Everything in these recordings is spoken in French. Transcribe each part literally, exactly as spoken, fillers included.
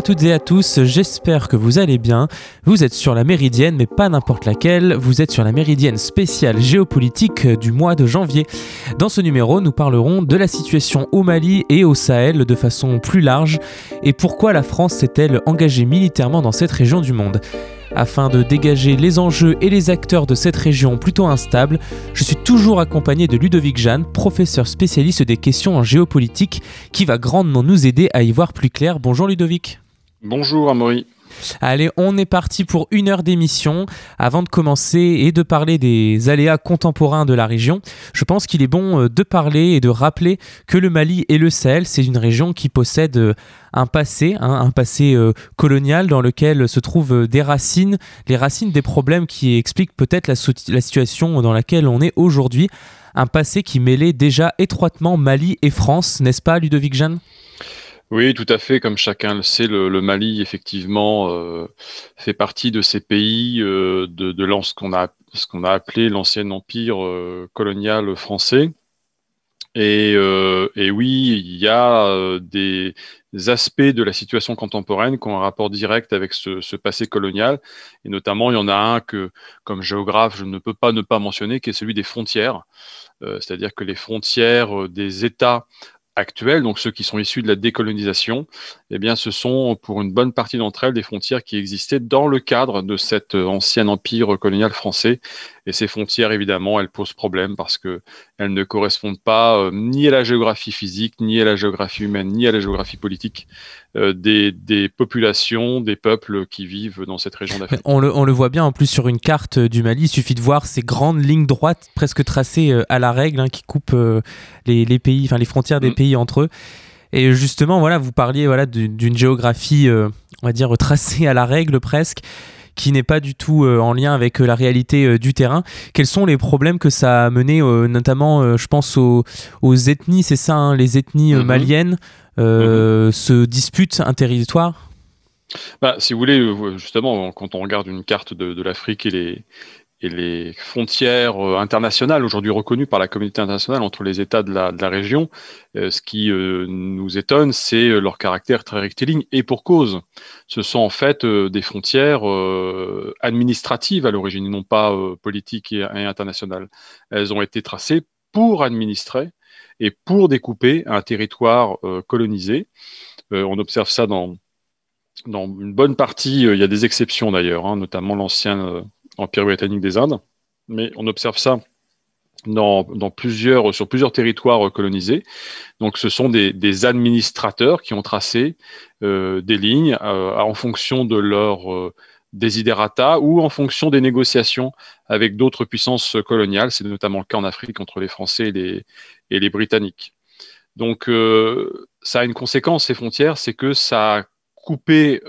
toutes et à tous, j'espère que vous allez bien. Vous êtes sur la Méridienne, mais pas n'importe laquelle, vous êtes sur la Méridienne spéciale géopolitique du mois de janvier. Dans ce numéro, nous parlerons de la situation au Mali et au Sahel de façon plus large et pourquoi la France s'est-elle engagée militairement dans cette région du monde. Afin de dégager les enjeux et les acteurs de cette région plutôt instable, je suis toujours accompagné de Ludovic Jeanne, professeur spécialiste des questions en géopolitique, qui va grandement nous aider à y voir plus clair. Bonjour Ludovic. Bonjour Amaury. Allez, on est parti pour une heure d'émission. Avant de commencer et de parler des aléas contemporains de la région, je pense qu'il est bon de parler et de rappeler que le Mali et le Sahel, c'est une région qui possède un passé, hein, un passé euh, colonial dans lequel se trouvent des racines, les racines des problèmes qui expliquent peut-être la, so- la situation dans laquelle on est aujourd'hui. Un passé qui mêlait déjà étroitement Mali et France, n'est-ce pas Ludovic Jeanne ? Oui, tout à fait. Comme chacun le sait, le, le Mali, effectivement, euh, fait partie de ces pays euh, de, de l'an- ce qu'on a, ce qu'on a appelé l'ancien empire euh, colonial français. Et, euh, et oui, il y a euh, des aspects de la situation contemporaine qui ont un rapport direct avec ce, ce passé colonial. Et notamment, il y en a un que, comme géographe, je ne peux pas ne pas mentionner, qui est celui des frontières. Euh, c'est-à-dire que les frontières euh, des États actuels, donc ceux qui sont issus de la décolonisation, eh bien, ce sont pour une bonne partie d'entre elles des frontières qui existaient dans le cadre de cet euh, ancien empire colonial français. Et ces frontières, évidemment, elles posent problème parce que elles ne correspondent pas euh, ni à la géographie physique, ni à la géographie humaine, ni à la géographie politique euh, des, des populations, des peuples qui vivent dans cette région d'Afrique. On le, on le voit bien en plus sur une carte du Mali, il suffit de voir ces grandes lignes droites presque tracées euh, à la règle hein, qui coupent euh, les, les pays, enfin les frontières des mmh. pays entre eux. Et justement, voilà, vous parliez voilà, d'une, d'une géographie, euh, on va dire, tracée à la règle presque, qui n'est pas du tout euh, en lien avec euh, la réalité euh, du terrain. Quels sont les problèmes que ça a mené, euh, notamment, euh, je pense, aux, aux ethnies, c'est ça, hein, les ethnies euh, mmh. maliennes euh, mmh. se disputent un territoire ? Bah, si vous voulez, justement, quand on regarde une carte de, de l'Afrique et les, et les frontières internationales, aujourd'hui reconnues par la communauté internationale entre les États de la, de la région, euh, ce qui euh, nous étonne, c'est leur caractère très rectiligne, et pour cause. Ce sont en fait euh, des frontières euh, administratives à l'origine, non pas euh, politiques et, et internationales. Elles ont été tracées pour administrer et pour découper un territoire euh, colonisé. Euh, on observe ça dans Dans une bonne partie, euh, il y a des exceptions d'ailleurs, hein, notamment l'ancien euh, Empire britannique des Indes, mais on observe ça dans, dans plusieurs, sur plusieurs territoires euh, colonisés. Donc ce sont des, des administrateurs qui ont tracé euh, des lignes euh, en fonction de leur euh, desiderata ou en fonction des négociations avec d'autres puissances coloniales. C'est notamment le cas en Afrique entre les Français et les, et les Britanniques. Donc euh, ça a une conséquence, ces frontières, c'est que ça a coupé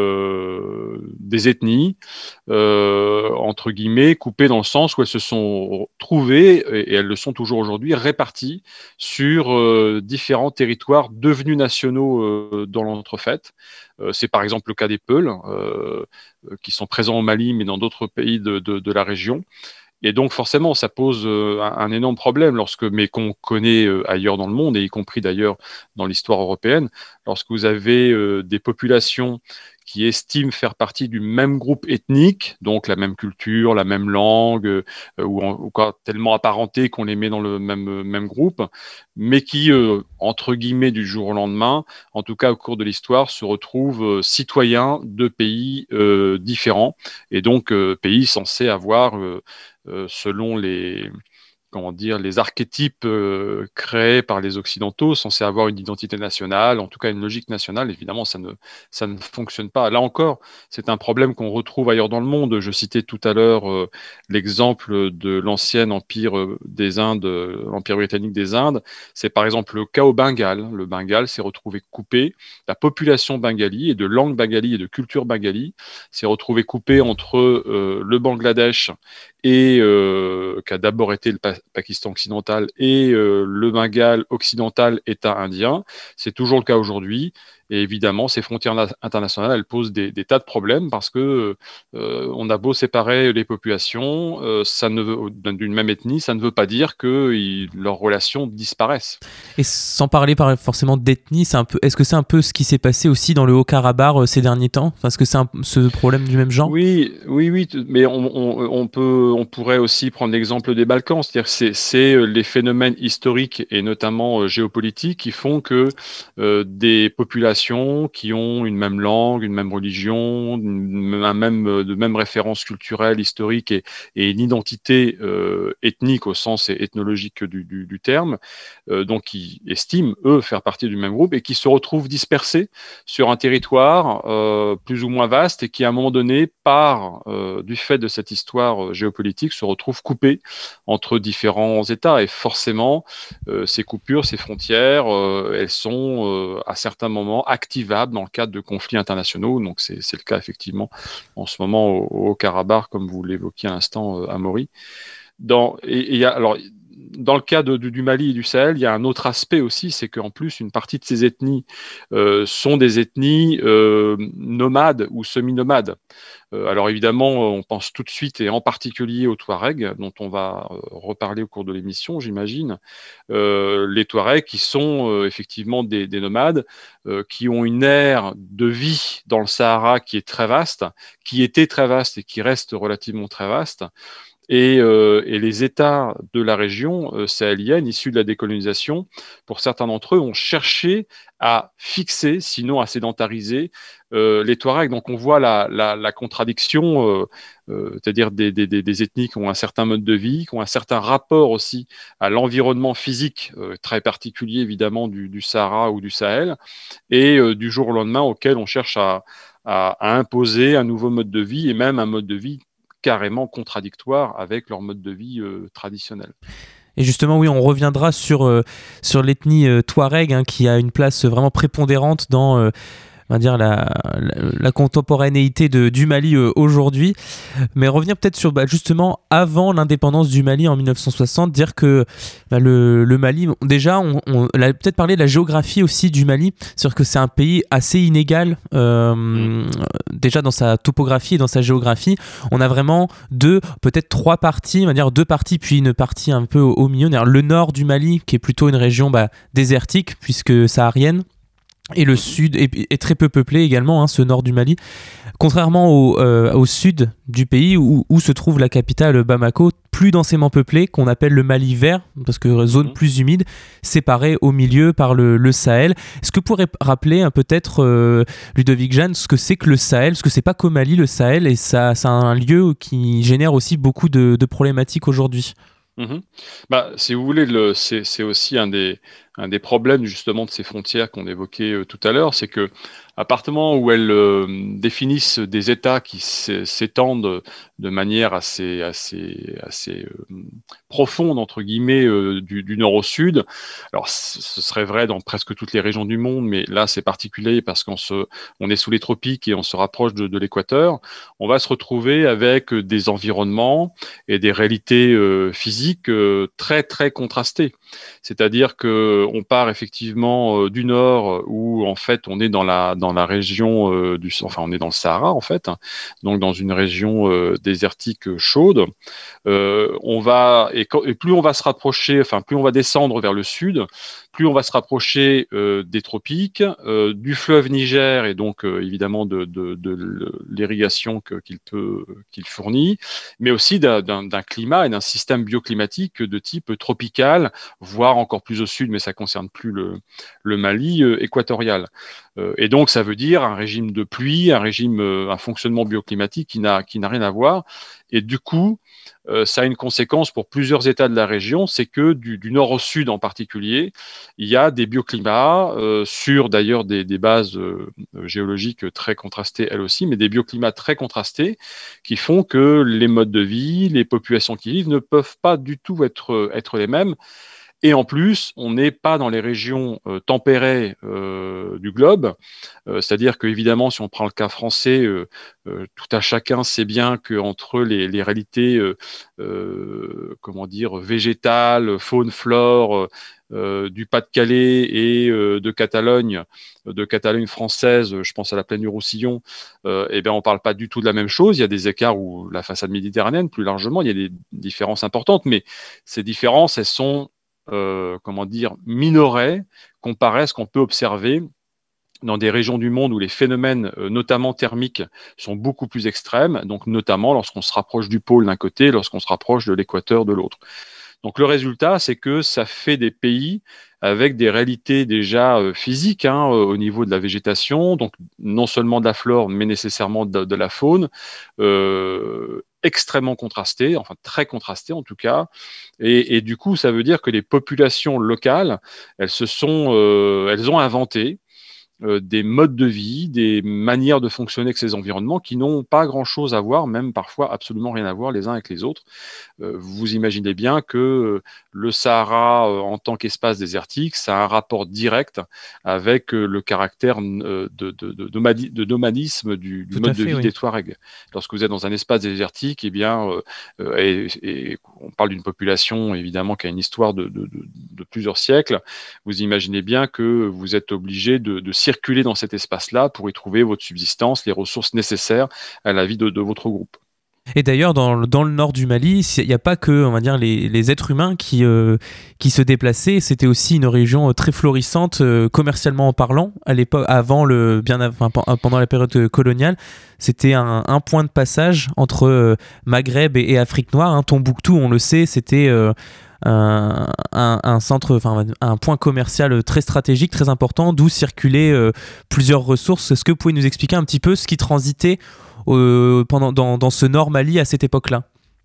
euh, des ethnies, euh, entre guillemets, coupées dans le sens où elles se sont trouvées, et, et elles le sont toujours aujourd'hui, réparties sur euh, différents territoires devenus nationaux euh, dans l'entrefaite. Euh, c'est par exemple le cas des Peuls, euh, qui sont présents au Mali, mais dans d'autres pays de, de, de la région. Et donc forcément, ça pose euh, un, un énorme problème lorsque, mais qu'on connaît euh, ailleurs dans le monde, et y compris d'ailleurs dans l'histoire européenne, lorsque vous avez euh, des populations qui estiment faire partie du même groupe ethnique, donc la même culture, la même langue, euh, ou, en, ou quoi, tellement apparentés qu'on les met dans le même, même groupe, mais qui, euh, entre guillemets, du jour au lendemain, en tout cas au cours de l'histoire, se retrouvent euh, citoyens de pays euh, différents, et donc euh, pays censés avoir... Euh, Euh, selon les, comment dire, les archétypes euh, créés par les Occidentaux, censés avoir une identité nationale, en tout cas une logique nationale. Évidemment, ça ne, ça ne fonctionne pas. Là encore, c'est un problème qu'on retrouve ailleurs dans le monde. Je citais tout à l'heure euh, l'exemple de l'ancien empire des Indes, l'empire britannique des Indes. C'est par exemple le cas au Bengale. Le Bengale s'est retrouvé coupé. La population bengali et de langue bengali et de culture bengali s'est retrouvée coupée entre euh, le Bangladesh et euh, qui a d'abord été le pa- Pakistan occidental et euh, le Bengale occidental, État indien. C'est toujours le cas aujourd'hui. Et évidemment, ces frontières na- internationales, elles posent des, des tas de problèmes parce que euh, on a beau séparer les populations, euh, ça ne veut, d'une même ethnie, ça ne veut pas dire que ils- leurs relations disparaissent. Et sans parler par- forcément d'ethnie, c'est un peu, est-ce que c'est un peu ce qui s'est passé aussi dans le Haut-Karabakh euh, ces derniers temps? Enfin, est-ce que c'est un- ce problème du même genre? Oui, oui, oui, t- mais on, on- on peut, on pourrait aussi prendre l'exemple des Balkans, c'est-à-dire que c'est, c'est euh, les phénomènes historiques et notamment euh, géopolitiques qui font que euh, des populations qui ont une même langue, une même religion, une- un même, euh, de même référence culturelle, historique et, et une identité euh, ethnique au sens ethnologique du, du- du terme, euh, donc qui estiment eux faire partie du même groupe et qui se retrouvent dispersés sur un territoire euh, plus ou moins vaste et qui, à un moment donné, par euh, du fait de cette histoire euh, géopolitique, se retrouve coupé entre différents États. Et forcément, euh, ces coupures, ces frontières, euh, elles sont euh, à certains moments activables dans le cadre de conflits internationaux. Donc c'est, c'est le cas effectivement en ce moment au, au Karabakh, comme vous l'évoquiez à l'instant, euh, Amaury. Dans, et, et il y a, alors, dans le cas de- du, du Mali et du Sahel, il y a un autre aspect aussi, c'est qu'en plus, une partie de ces ethnies euh, sont des ethnies euh, nomades ou semi-nomades. Euh, alors évidemment, on pense tout de suite, et en particulier aux Touaregs, dont on va euh, reparler au cours de l'émission, j'imagine. Euh, les Touaregs qui sont euh, effectivement des, des nomades, euh, qui ont une ère de vie dans le Sahara qui est très vaste, qui était très vaste et qui reste relativement très vaste. Et, euh, et les États de la région euh, sahélienne, issus de la décolonisation, pour certains d'entre eux, ont cherché à fixer, sinon à sédentariser, euh, les Touaregs. Donc on voit la, la, la contradiction, euh, euh, c'est-à-dire des, des, des, ethnies qui ont un certain mode de vie, qui ont un certain rapport aussi à l'environnement physique, euh, très particulier évidemment du, du Sahara ou du Sahel, et euh, du jour au lendemain auquel on cherche à, à, à imposer un nouveau mode de vie et même un mode de vie carrément contradictoire avec leur mode de vie euh, traditionnel. Et justement, oui, on reviendra sur, euh, sur l'ethnie euh, Touareg, hein, qui a une place vraiment prépondérante dans euh, on va dire la, la, la contemporanéité de, du Mali euh, aujourd'hui. Mais revenir peut-être sur bah, justement avant l'indépendance du Mali en mille neuf cent soixante, dire que bah, le, le Mali, déjà, on, on, on a peut-être parlé de la géographie aussi du Mali, c'est-à-dire que c'est un pays assez inégal, euh, mmh. déjà dans sa topographie et dans sa géographie. On a vraiment deux, peut-être trois parties, on va dire deux parties, puis une partie un peu au, au milieu. Le nord du Mali, qui est plutôt une région bah, désertique, puisque saharienne. Et le sud est, est très peu peuplé également, hein, ce nord du Mali. Contrairement au, euh, au sud du pays où, où se trouve la capitale Bamako, plus densément peuplé, qu'on appelle le Mali vert, parce que zone plus humide, séparée au milieu par le, le Sahel. Est-ce que vous pourriez rappeler hein, peut-être, euh, Ludovic Jeanne, ce que c'est que le Sahel? Parce que c'est pas qu'au Mali le Sahel, et ça, c'est un lieu qui génère aussi beaucoup de, de problématiques aujourd'hui. Mmh. Bah, si vous voulez, le, c'est, c'est aussi un des, un des problèmes justement de ces frontières qu'on évoquait euh, tout à l'heure, c'est que à partir du moment où elles euh, définissent des États qui s'étendent de manière assez, assez, assez euh, profonde entre guillemets euh, du, du nord au sud, alors c- ce serait vrai dans presque toutes les régions du monde, mais là c'est particulier parce qu'on se, on est sous les tropiques et on se rapproche de, de l'équateur, on va se retrouver avec des environnements et des réalités euh, physiques euh, très très contrastées. C'est-à-dire que on part effectivement euh, du nord où en fait on est dans la dans la région euh, du enfin on est dans le Sahara en fait, hein, donc dans une région euh, désertique chaude. Euh, on va et, et plus on va se rapprocher, enfin plus on va descendre vers le sud, plus on va se rapprocher euh, des tropiques, euh, du fleuve Niger et donc euh, évidemment de, de, de l'irrigation que, qu'il peut qu'il fournit, mais aussi d'un, d'un, d'un climat et d'un système bioclimatique de type tropical, voire encore plus au sud, mais ça concerne plus le, le Mali euh, équatorial. Euh, et donc ça veut dire un régime de pluie, un régime, euh, un fonctionnement bioclimatique qui n'a qui n'a rien à voir. Et du coup, euh, ça a une conséquence pour plusieurs États de la région, c'est que du, du nord au sud en particulier, il y a des bioclimats, euh, sur d'ailleurs des, des bases euh, géologiques très contrastées elles aussi, mais des bioclimats très contrastés qui font que les modes de vie, les populations qui vivent ne peuvent pas du tout être, être les mêmes. Et en plus, on n'est pas dans les régions euh, tempérées euh, du globe, euh, c'est-à-dire qu'évidemment, si on prend le cas français, euh, euh, tout à chacun sait bien qu'entre les, les réalités, euh, euh, comment dire, végétales, faune, flore, euh, du Pas-de-Calais et euh, de Catalogne, de Catalogne française, je pense à la plaine du Roussillon, euh, eh bien, on ne parle pas du tout de la même chose. Il y a des écarts où la façade méditerranéenne, plus largement, il y a des différences importantes, mais ces différences, elles sont, euh, comment dire, minorées comparées à ce qu'on peut observer dans des régions du monde où les phénomènes, euh, notamment thermiques, sont beaucoup plus extrêmes, donc notamment lorsqu'on se rapproche du pôle d'un côté, lorsqu'on se rapproche de l'équateur de l'autre. Donc le résultat, c'est que ça fait des pays avec des réalités déjà euh, physiques hein, euh, au niveau de la végétation, donc non seulement de la flore, mais nécessairement de, de la faune, euh, extrêmement contrastées, enfin très contrastées en tout cas. Et, et, du coup, ça veut dire que les populations locales, elles se sont, euh, elles ont inventé euh, des modes de vie, des manières de fonctionner avec ces environnements qui n'ont pas grand-chose à voir, même parfois absolument rien à voir les uns avec les autres. Euh, vous imaginez bien que euh, le Sahara, euh, en tant qu'espace désertique, ça a un rapport direct avec euh, le caractère euh, de, de, de, nomadi- de nomadisme du, du Tout mode à de fait, vie oui. des Touaregs. Lorsque vous êtes dans un espace désertique, eh bien, euh, euh, et, et on parle d'une population évidemment qui a une histoire de, de, de, de plusieurs siècles, vous imaginez bien que vous êtes obligé de, de circuler dans cet espace-là pour y trouver votre subsistance, les ressources nécessaires à la vie de, de votre groupe. Et d'ailleurs, dans, le- dans le nord du Mali, il n'y a pas que, on va dire, les, les êtres humains qui, euh, qui se déplaçaient. C'était aussi une région euh, très florissante, euh, commercialement en parlant, à l'époque, avant le, bien, av- enfin, pen- pendant la période coloniale. C'était un, un point de passage entre euh, Maghreb et, et Afrique noire. hein. Tombouctou, on le sait, c'était euh, un, un, un centre, enfin, un point commercial très stratégique, très important, d'où circulaient euh, plusieurs ressources. Est-ce que vous pouvez nous expliquer un petit peu ce qui transitait euh, pendant, dans, dans ce Nord Mali à cette époque-là?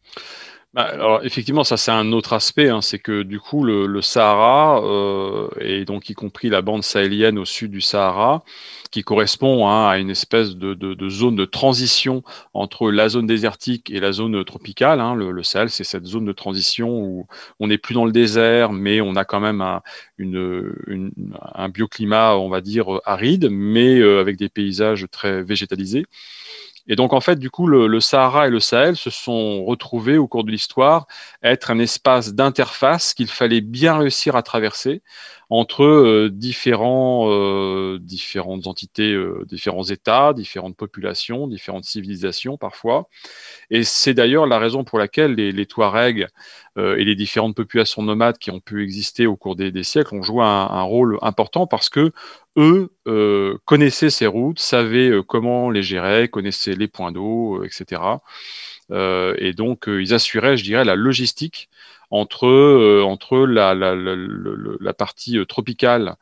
Bah, alors effectivement, ça c'est un autre aspect, hein, c'est que du coup le, le Sahara euh, et donc y compris la bande sahélienne au sud du Sahara, qui correspond hein, à une espèce de, de, de zone de transition entre la zone désertique et la zone tropicale. Hein. Le, le Sahel, c'est cette zone de transition où on n'est plus dans le désert, mais on a quand même un, une, une, un bioclimat, on va dire aride, mais euh, avec des paysages très végétalisés. Et donc, en fait, du coup, le, le Sahara et le Sahel se sont retrouvés au cours de l'histoire être un espace d'interface qu'il fallait bien réussir à traverser entre euh, différents, euh, différentes entités, euh, différents États, différentes populations, différentes civilisations parfois. Et c'est d'ailleurs la raison pour laquelle les, les Touaregs euh, et les différentes populations nomades qui ont pu exister au cours des, des siècles ont joué un, un rôle important parce que eux euh, connaissaient ces routes, savaient euh, comment les gérer, connaissaient les points d'eau, euh, et cetera. Euh, et donc, euh, ils assuraient, je dirais, la logistique entre, euh, entre la, la, la, la, la partie euh, tropicale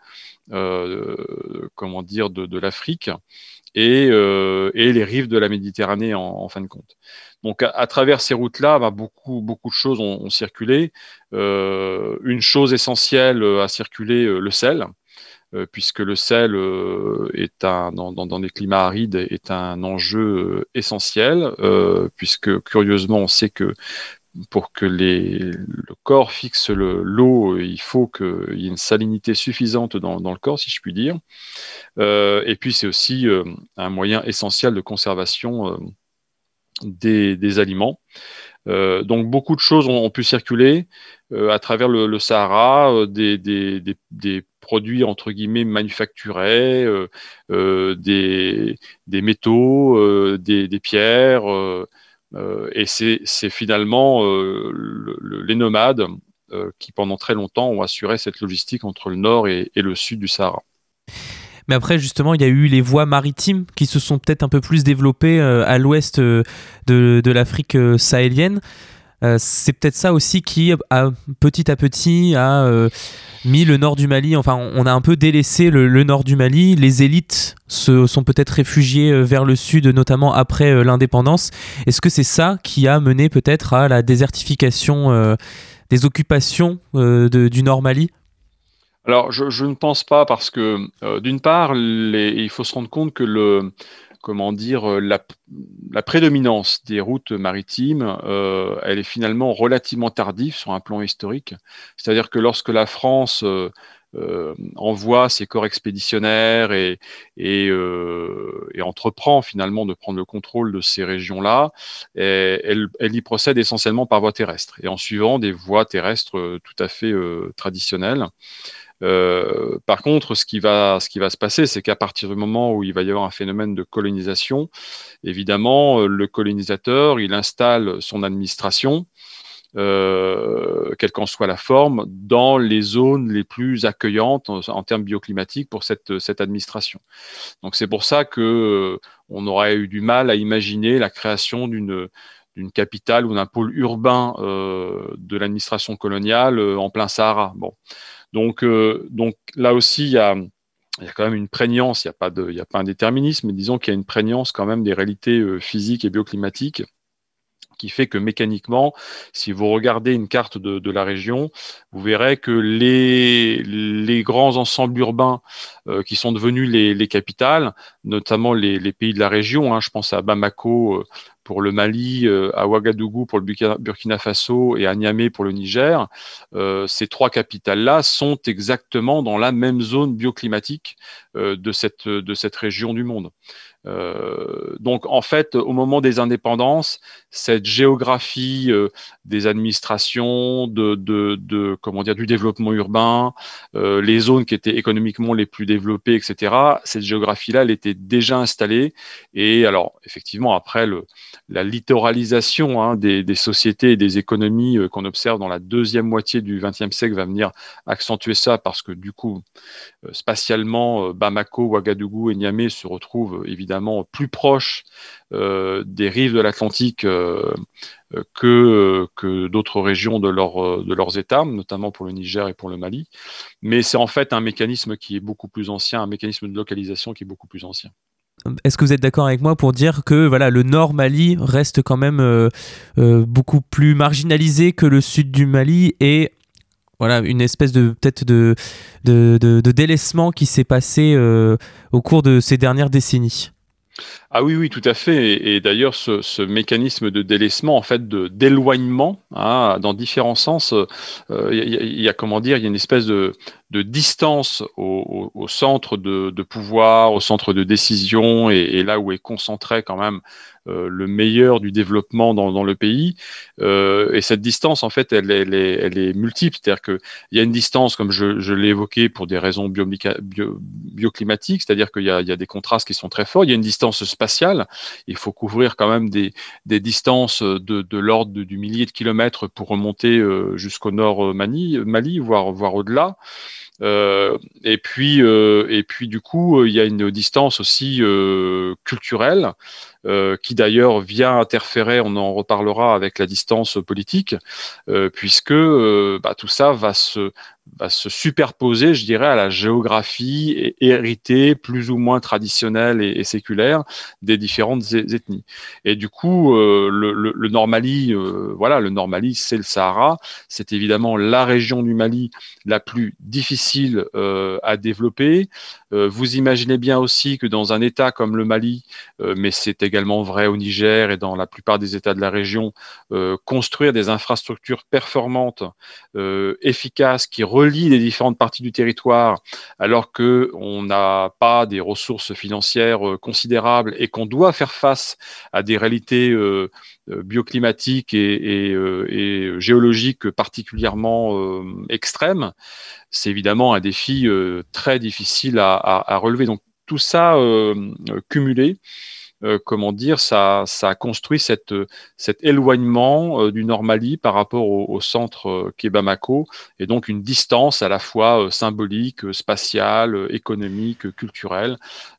euh, comment dire, de, de l'Afrique et, euh, et les rives de la Méditerranée en, en fin de compte. Donc à, à travers ces routes-là, bah, beaucoup, beaucoup de choses ont, ont circulé. Euh, une chose essentielle a circulé, euh, le sel, euh, puisque le sel euh, est un, dans, dans, dans des climats arides est un enjeu euh, essentiel, euh, puisque curieusement on sait que pour que les, le corps fixe le, l'eau, il faut qu'il y ait une salinité suffisante dans, dans le corps, si je puis dire. Euh, et puis c'est aussi euh, un moyen essentiel de conservation euh, des, des aliments. Euh, donc beaucoup de choses ont, ont pu circuler euh, à travers le, le Sahara, euh, des, des, des, des produits entre guillemets manufacturés, euh, euh, des, des métaux, euh, des, des pierres, euh, euh, et c'est, c'est finalement euh, le, le, les nomades euh, qui pendant très longtemps ont assuré cette logistique entre le nord et, et le sud du Sahara. Mais après, justement, il y a eu les voies maritimes qui se sont peut-être un peu plus développées euh, à l'ouest euh, de, de l'Afrique euh, sahélienne. Euh, c'est peut-être ça aussi qui, a, petit à petit, a euh, mis le nord du Mali. Enfin, on a un peu délaissé le, le nord du Mali. Les élites se sont peut-être réfugiées euh, vers le sud, notamment après euh, l'indépendance. Est-ce que c'est ça qui a mené peut-être à la désertification euh, des occupations euh, de, du nord Mali? Alors, je, je ne pense pas parce que, euh, d'une part, les, il faut se rendre compte que le, comment dire, la, la prédominance des routes maritimes, euh, elle est finalement relativement tardive sur un plan historique. C'est-à-dire que lorsque la France euh, euh, envoie ses corps expéditionnaires et, et, euh, et entreprend finalement de prendre le contrôle de ces régions-là, et, elle, elle y procède essentiellement par voie terrestre et en suivant des voies terrestres euh, tout à fait euh, traditionnelles. Euh, par contre, ce qui va, ce qui va se passer, c'est qu'à partir du moment où il va y avoir un phénomène de colonisation, évidemment, le colonisateur, il installe son administration, euh, quelle qu'en soit la forme, dans les zones les plus accueillantes en, en termes bioclimatiques pour cette, cette administration. Donc c'est pour ça que euh, on aurait eu du mal à imaginer la création d'une d'une capitale ou d'un pôle urbain euh, de l'administration coloniale euh, en plein Sahara. Bon. Donc, euh, donc là aussi, il y a, il y a quand même une prégnance, il n'y a pas de, il y a pas un déterminisme, mais disons qu'il y a une prégnance quand même des réalités euh, physiques et bioclimatiques qui fait que mécaniquement, si vous regardez une carte de, de la région, vous verrez que les, les grands ensembles urbains euh, qui sont devenus les, les capitales, notamment les, les pays de la région, hein, je pense à Bamako euh, pour le Mali, euh, à Ouagadougou pour le Burkina, Burkina Faso et à Niamey pour le Niger, euh, ces trois capitales-là sont exactement dans la même zone bioclimatique euh, de, cette, de cette région du monde. Euh, donc en fait, au moment des indépendances, cette géographie euh, des administrations, de, de, de comment dire, du développement urbain, euh, les zones qui étaient économiquement les plus développées, et cetera. Cette géographie-là, elle était déjà installée. Et alors, effectivement, après le, la littoralisation hein, des, des sociétés et des économies euh, qu'on observe dans la deuxième moitié du vingtième siècle va venir accentuer ça parce que du coup, euh, spatialement, euh, Bamako, Ouagadougou et Niamey se retrouvent euh, évidemment plus proches euh, des rives de l'Atlantique euh, que, que d'autres régions de, leur, de leurs États, notamment pour le Niger et pour le Mali. Mais c'est en fait un mécanisme qui est beaucoup plus ancien, un mécanisme de localisation qui est beaucoup plus ancien. Est-ce que vous êtes d'accord avec moi pour dire que voilà, le nord Mali reste quand même euh, euh, beaucoup plus marginalisé que le sud du Mali et voilà, une espèce de peut-être de, de, de, de délaissement qui s'est passé euh, au cours de ces dernières décennies? Ah oui, oui, tout à fait. Et, et d'ailleurs, ce, ce mécanisme de délaissement, en fait, de d'éloignement, hein, dans différents sens, il euh, y, y, y a comment dire, il y a une espèce de, de distance au, au, au centre de, de pouvoir, au centre de décision, et, et là où est concentré quand même euh, le meilleur du développement dans, dans le pays. Euh, et cette distance, en fait, elle, elle, est, elle est multiple. C'est-à-dire qu'il y a une distance, comme je, je l'ai évoqué, pour des raisons bio, bio, bioclimatiques, c'est-à-dire qu'il y a, il y a des contrastes qui sont très forts. Il y a une distance spatiale. Il faut couvrir quand même des, des distances de, de l'ordre du millier de kilomètres pour remonter euh, jusqu'au nord Mali, Mali voire, voire au-delà. Euh, et puis, euh, et puis du coup, il y a une distance aussi euh, culturelle euh, qui d'ailleurs vient interférer. On en reparlera avec la distance politique, euh, puisque euh, bah, tout ça va se va se superposer, je dirais, à la géographie héritée plus ou moins traditionnelle et, et séculaire des différentes ethnies. Et du coup, euh, le, le, le Nord Mali, euh, voilà, le Nord Mali, c'est le Sahara. C'est évidemment la région du Mali la plus difficile euh, à développer. Euh, vous imaginez bien aussi que dans un État comme le Mali, euh, mais c'est également vrai au Niger et dans la plupart des États de la région, euh, construire des infrastructures performantes, euh, efficaces, qui relient les différentes parties du territoire, alors qu'on n'a pas des ressources financières euh, considérables et qu'on doit faire face à des réalités euh, bioclimatiques et, et, euh, et géologiques particulièrement euh, extrêmes, c'est évidemment un défi euh, très difficile à, à, à relever. Donc tout ça euh, cumulé, Euh, comment dire, ça, ça a construit cette, cet éloignement euh, du Nord Mali par rapport au, au centre euh, qu'est Bamako, et donc une distance à la fois euh, symbolique, euh, spatiale, euh, économique, euh, culturelle,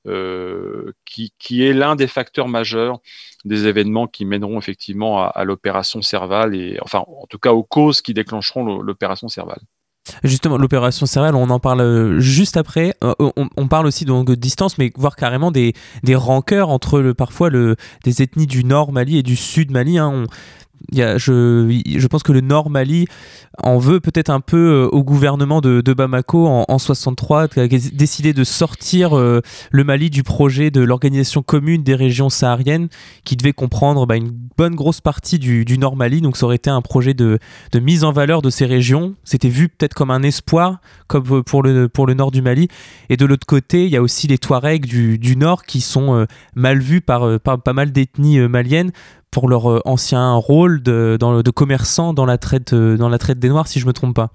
euh, qui, qui est l'un des facteurs majeurs des événements qui mèneront effectivement à, à l'opération Serval, et enfin en tout cas aux causes qui déclencheront l'opération Serval. Justement, l'opération Serval, on en parle juste après. Euh, on, on parle aussi donc de distance, mais voire carrément des, des rancœurs entre le, parfois le, des ethnies du nord Mali et du sud Mali. Hein. On, il y a, je, je pense que le Nord Mali en veut peut-être un peu au gouvernement de, de Bamako en, en soixante-trois, qui a décidé de sortir euh, le Mali du projet de l'organisation commune des régions sahariennes, qui devait comprendre bah, une bonne grosse partie du, du Nord Mali. Donc ça aurait été un projet de, de mise en valeur de ces régions. C'était vu peut-être comme un espoir, comme pour le, pour le nord du Mali. Et de l'autre côté, il y a aussi les Touaregs du, du Nord qui sont euh, mal vus par, par pas mal d'ethnies euh, maliennes, pour leur euh, ancien rôle de, dans, de commerçant dans la traite, euh, dans la traite des Noirs, si je ne me trompe pas.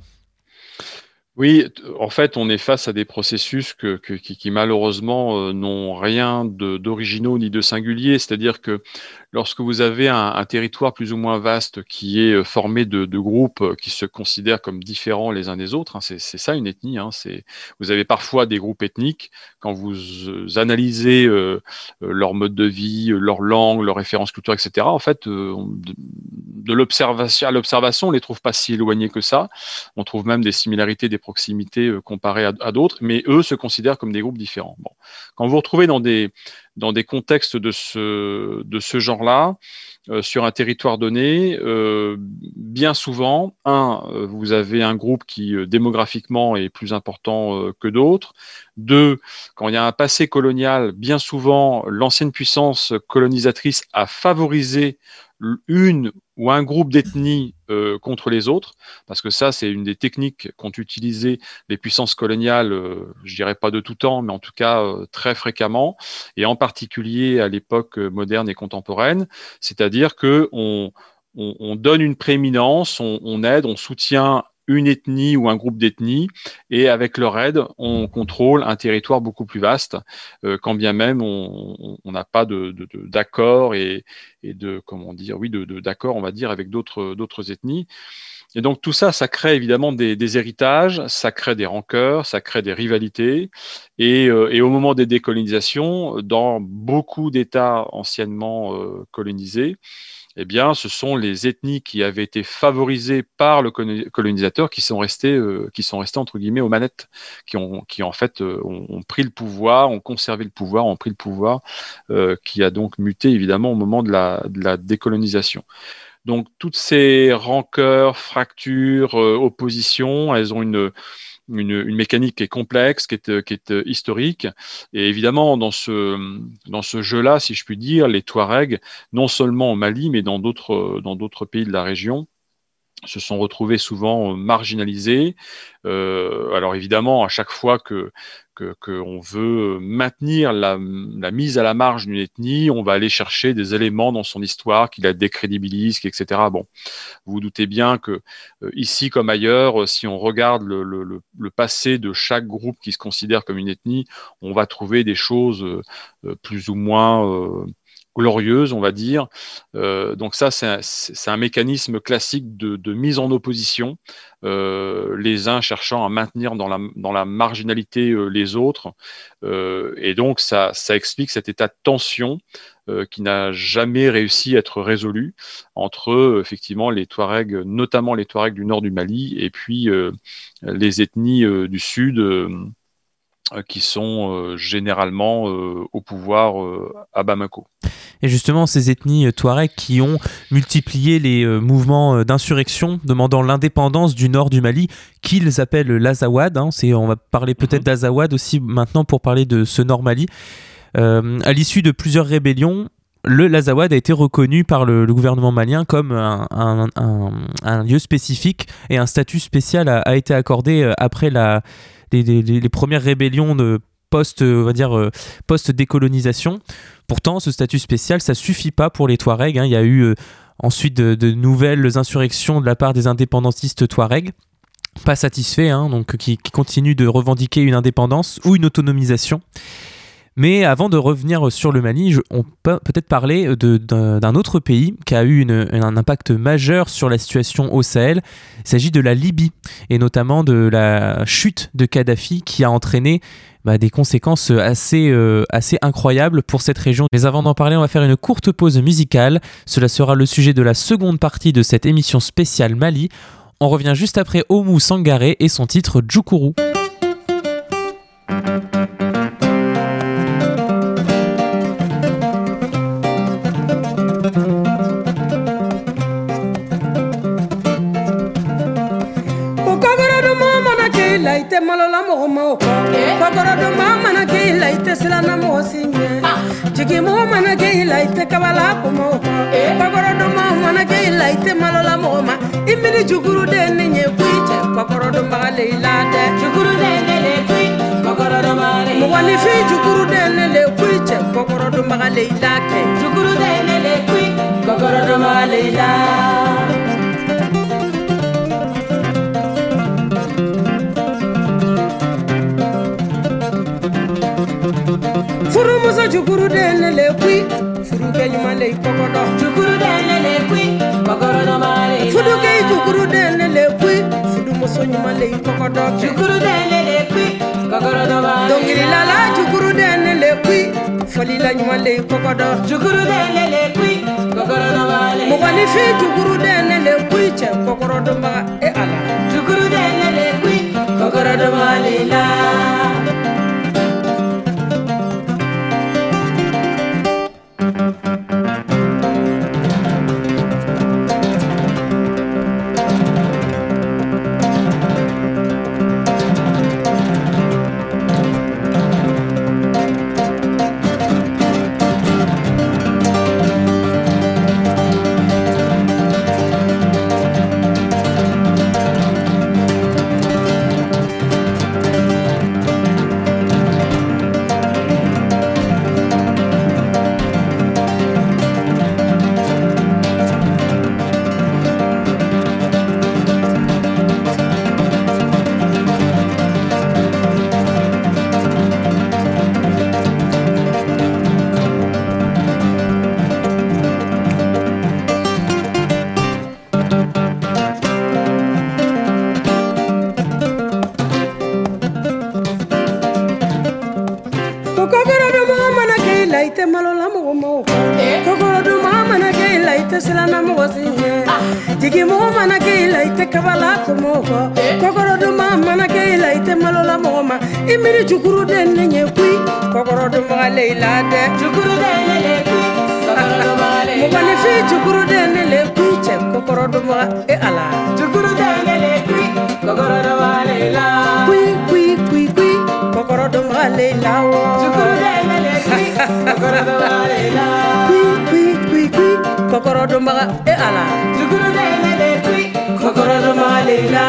Oui, en fait, on est face à des processus que, que, qui, qui malheureusement euh, n'ont rien de, d'originaux ni de singulier. C'est-à-dire que lorsque vous avez un, un territoire plus ou moins vaste qui est formé de, de groupes qui se considèrent comme différents les uns des autres, hein, c'est, c'est ça une ethnie. Hein, c'est, vous avez parfois des groupes ethniques, quand vous analysez euh, leur mode de vie, leur langue, leurs références culturelles, et cetera, en fait, euh, de, de l'observation à l'observation, on ne les trouve pas si éloignés que ça. On trouve même des similarités, des proximités euh, comparées à, à d'autres, mais eux se considèrent comme des groupes différents. Bon. Quand vous vous retrouvez dans des, dans des contextes de ce, de ce genre-là, euh, sur un territoire donné, euh, bien souvent, un, euh, vous avez un groupe qui euh, démographiquement est plus important euh, que d'autres. Deux, quand il y a un passé colonial, bien souvent, l'ancienne puissance colonisatrice a favorisé une ou un groupe d'ethnies euh, contre les autres, parce que ça, c'est une des techniques qu'ont utilisées les puissances coloniales, euh, je dirais pas de tout temps, mais en tout cas euh, très fréquemment, et en particulier à l'époque moderne et contemporaine, c'est-à-dire que on, on, on donne une prééminence, on, on aide, on soutient une ethnie ou un groupe d'ethnies, et avec leur aide, on contrôle un territoire beaucoup plus vaste, euh, quand bien même on n'a pas de, de, de, d'accord et, et de, comment dire, oui, de, de, d'accord, on va dire, avec d'autres, d'autres ethnies. Et donc tout ça, ça crée évidemment des, des héritages, ça crée des rancœurs, ça crée des rivalités. Et, euh, et au moment des décolonisations, dans beaucoup d'États anciennement euh, colonisés, eh bien, ce sont les ethnies qui avaient été favorisées par le colonisateur qui sont restées, euh, qui sont restées entre guillemets aux manettes, qui ont, qui en fait euh, ont, ont pris le pouvoir, ont conservé le pouvoir, ont pris le pouvoir, euh, qui a donc muté évidemment au moment de la, de la décolonisation. Donc, toutes ces rancœurs, fractures, euh, oppositions, elles ont une Une, une mécanique qui est complexe, qui est, qui est historique. Et évidemment, dans ce, dans ce jeu-là, si je puis dire, les Touaregs, non seulement au Mali, mais dans d'autres, dans d'autres pays de la région, se sont retrouvés souvent marginalisés. Euh, alors évidemment, à chaque fois que que qu'on veut maintenir la, la mise à la marge d'une ethnie, on va aller chercher des éléments dans son histoire qui la décrédibilisent, et cetera. Bon, vous vous doutez bien que euh, ici comme ailleurs, si on regarde le, le, le passé de chaque groupe qui se considère comme une ethnie, on va trouver des choses euh, plus ou moins euh, glorieuse, on va dire. Euh, donc ça, c'est un, c'est un mécanisme classique de, de mise en opposition, euh, les uns cherchant à maintenir dans la, dans la marginalité euh, les autres. Euh, et donc, ça, ça explique cet état de tension euh, qui n'a jamais réussi à être résolu entre, euh, effectivement, les Touaregs, notamment les Touaregs du nord du Mali, et puis euh, les ethnies euh, du sud, euh, qui sont euh, généralement euh, au pouvoir euh, à Bamako. Et justement, ces ethnies Touaregs qui ont multiplié les euh, mouvements d'insurrection demandant l'indépendance du nord du Mali, qu'ils appellent l'Azawad. Hein, c'est, on va parler peut-être mm-hmm. d'Azawad aussi maintenant pour parler de ce nord Mali. Euh, à l'issue de plusieurs rébellions, le l'Azawad a été reconnu par le, le gouvernement malien comme un, un, un, un lieu spécifique, et un statut spécial a, a été accordé après la, les, les, les premières rébellions de post, on va dire, euh, post-décolonisation. Pourtant, ce statut spécial, ça suffit pas pour les Touaregs. Hein. Il y a eu euh, ensuite de, de nouvelles insurrections de la part des indépendantistes Touaregs, pas satisfaits, hein, donc qui, qui continuent de revendiquer une indépendance ou une autonomisation. Mais avant de revenir sur le Mali, je, on peut peut-être parler de, d'un, d'un autre pays qui a eu une, un impact majeur sur la situation au Sahel. Il s'agit de la Libye, et notamment de la chute de Kadhafi qui a entraîné bah, des conséquences assez, euh, assez incroyables pour cette région. Mais avant d'en parler, on va faire une courte pause musicale. Cela sera le sujet de la seconde partie de cette émission spéciale Mali. On revient juste après Oumou Sangaré et son titre Djoukourou. jigi mo mana ke ila ite kabala kumo kokoro do ma mana ke ila ite malola mo ma imini juguru de ne nye kuiche kokoro do ma le ila de juguru de ne le kui kokoro do ma le mo wani fi juguru de ne le kuiche kokoro do ma le ila ke juguru de ne le kui kokoro do ma le ila Furu muso jukuru dene le kui Furu ke nyuma le kokodo Jukuru dene le kui Kokoro no male Furu ke jukuru dene le kui Furu muso nyuma le kokodo Jukuru dene le kui Kokoro no male Dongiri lala jukuru dene le kui Fali la nyuma le kokodo Jukuru dene le kui Kokoro no male Mugani fi jukuru dene le kui Che kokoro do ma e ala Jukuru dene le kui Kokoro do male la Kokoro do mama na ke laite malola mo mo Kokoro do mama na ke laite selana mo sinye Jigi mo mana ke laite kabala ko mo Kokoro do mama na ke laite malola mo ma Imiri jukuru de nye kui Kokoro do ma leila de jukuru de le kui Kokoro do ma leila Mo bani fi jukuru de le kui che Kokoro do ma e ala jukuru de le kui Kokoro do ma leila Kui kui kui kui Kokoro do ma leila jukuru de le kui Kokoro do ma leila Kui kui kui kui Kokoro do ma e ala jukuru de le kui Kokoro do ma leila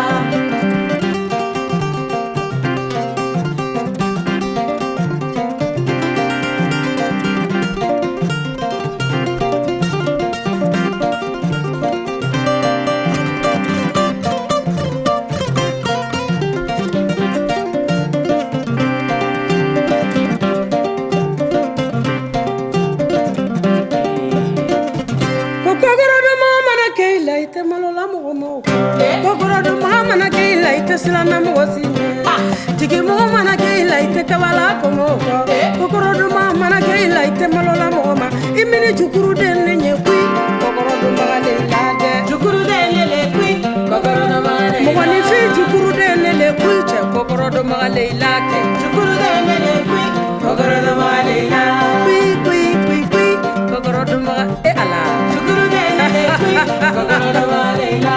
Kokoro do mama na ke laite silana mo sinye Jigi mo mana ke laite kabala ko mo Kokoro do mama na ke laite malola mo ma Imini jukuru de nye kui Kokoro do ma le lade jukuru de le kui Kokoro do ma le Mo wani fi jukuru de le kui che Kokoro do ma le lake jukuru de le kui Kokoro do ma le la Kui kui kui kui Kokoro do ma e ala jukuru de le kui Kokoro do ma le la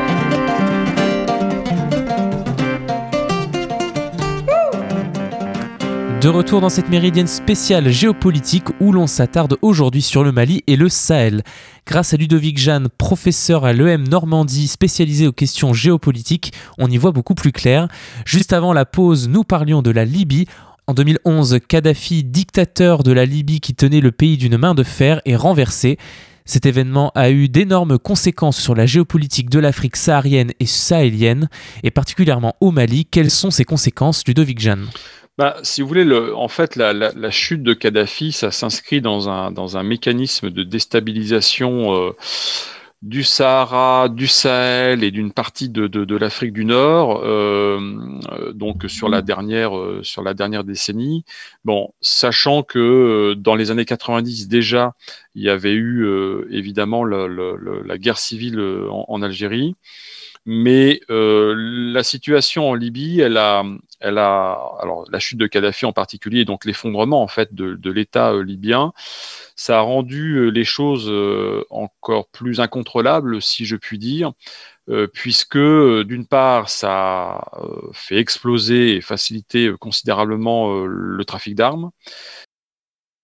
De retour dans cette méridienne spéciale géopolitique où l'on s'attarde aujourd'hui sur le Mali et le Sahel. Grâce à Ludovic Jeanne, professeur à l'E M Normandie spécialisé aux questions géopolitiques, on y voit beaucoup plus clair. Juste avant la pause, nous parlions de la Libye. En deux mille onze, Kadhafi, dictateur de la Libye qui tenait le pays d'une main de fer, est renversé. Cet événement a eu d'énormes conséquences sur la géopolitique de l'Afrique saharienne et sahélienne, et particulièrement au Mali. Quelles sont ces conséquences, Ludovic Jeanne ? Bah, si vous voulez, le, en fait, la, la, la chute de Kadhafi, ça s'inscrit dans un, dans un mécanisme de déstabilisation euh, du Sahara, du Sahel et d'une partie de, de, de l'Afrique du Nord, euh, donc sur la dernière, euh, sur la dernière décennie. Bon, sachant que euh, dans les années quatre-vingt-dix déjà, il y avait eu euh, évidemment le, le, le, la guerre civile en, en Algérie. Mais euh, la situation en Libye, elle a, elle a, alors la chute de Kadhafi en particulier, donc l'effondrement en fait de, de l'État euh, libyen, ça a rendu euh, les choses euh, encore plus incontrôlables, si je puis dire, euh, puisque euh, d'une part, ça a euh, fait exploser et faciliter euh, considérablement euh, le trafic d'armes.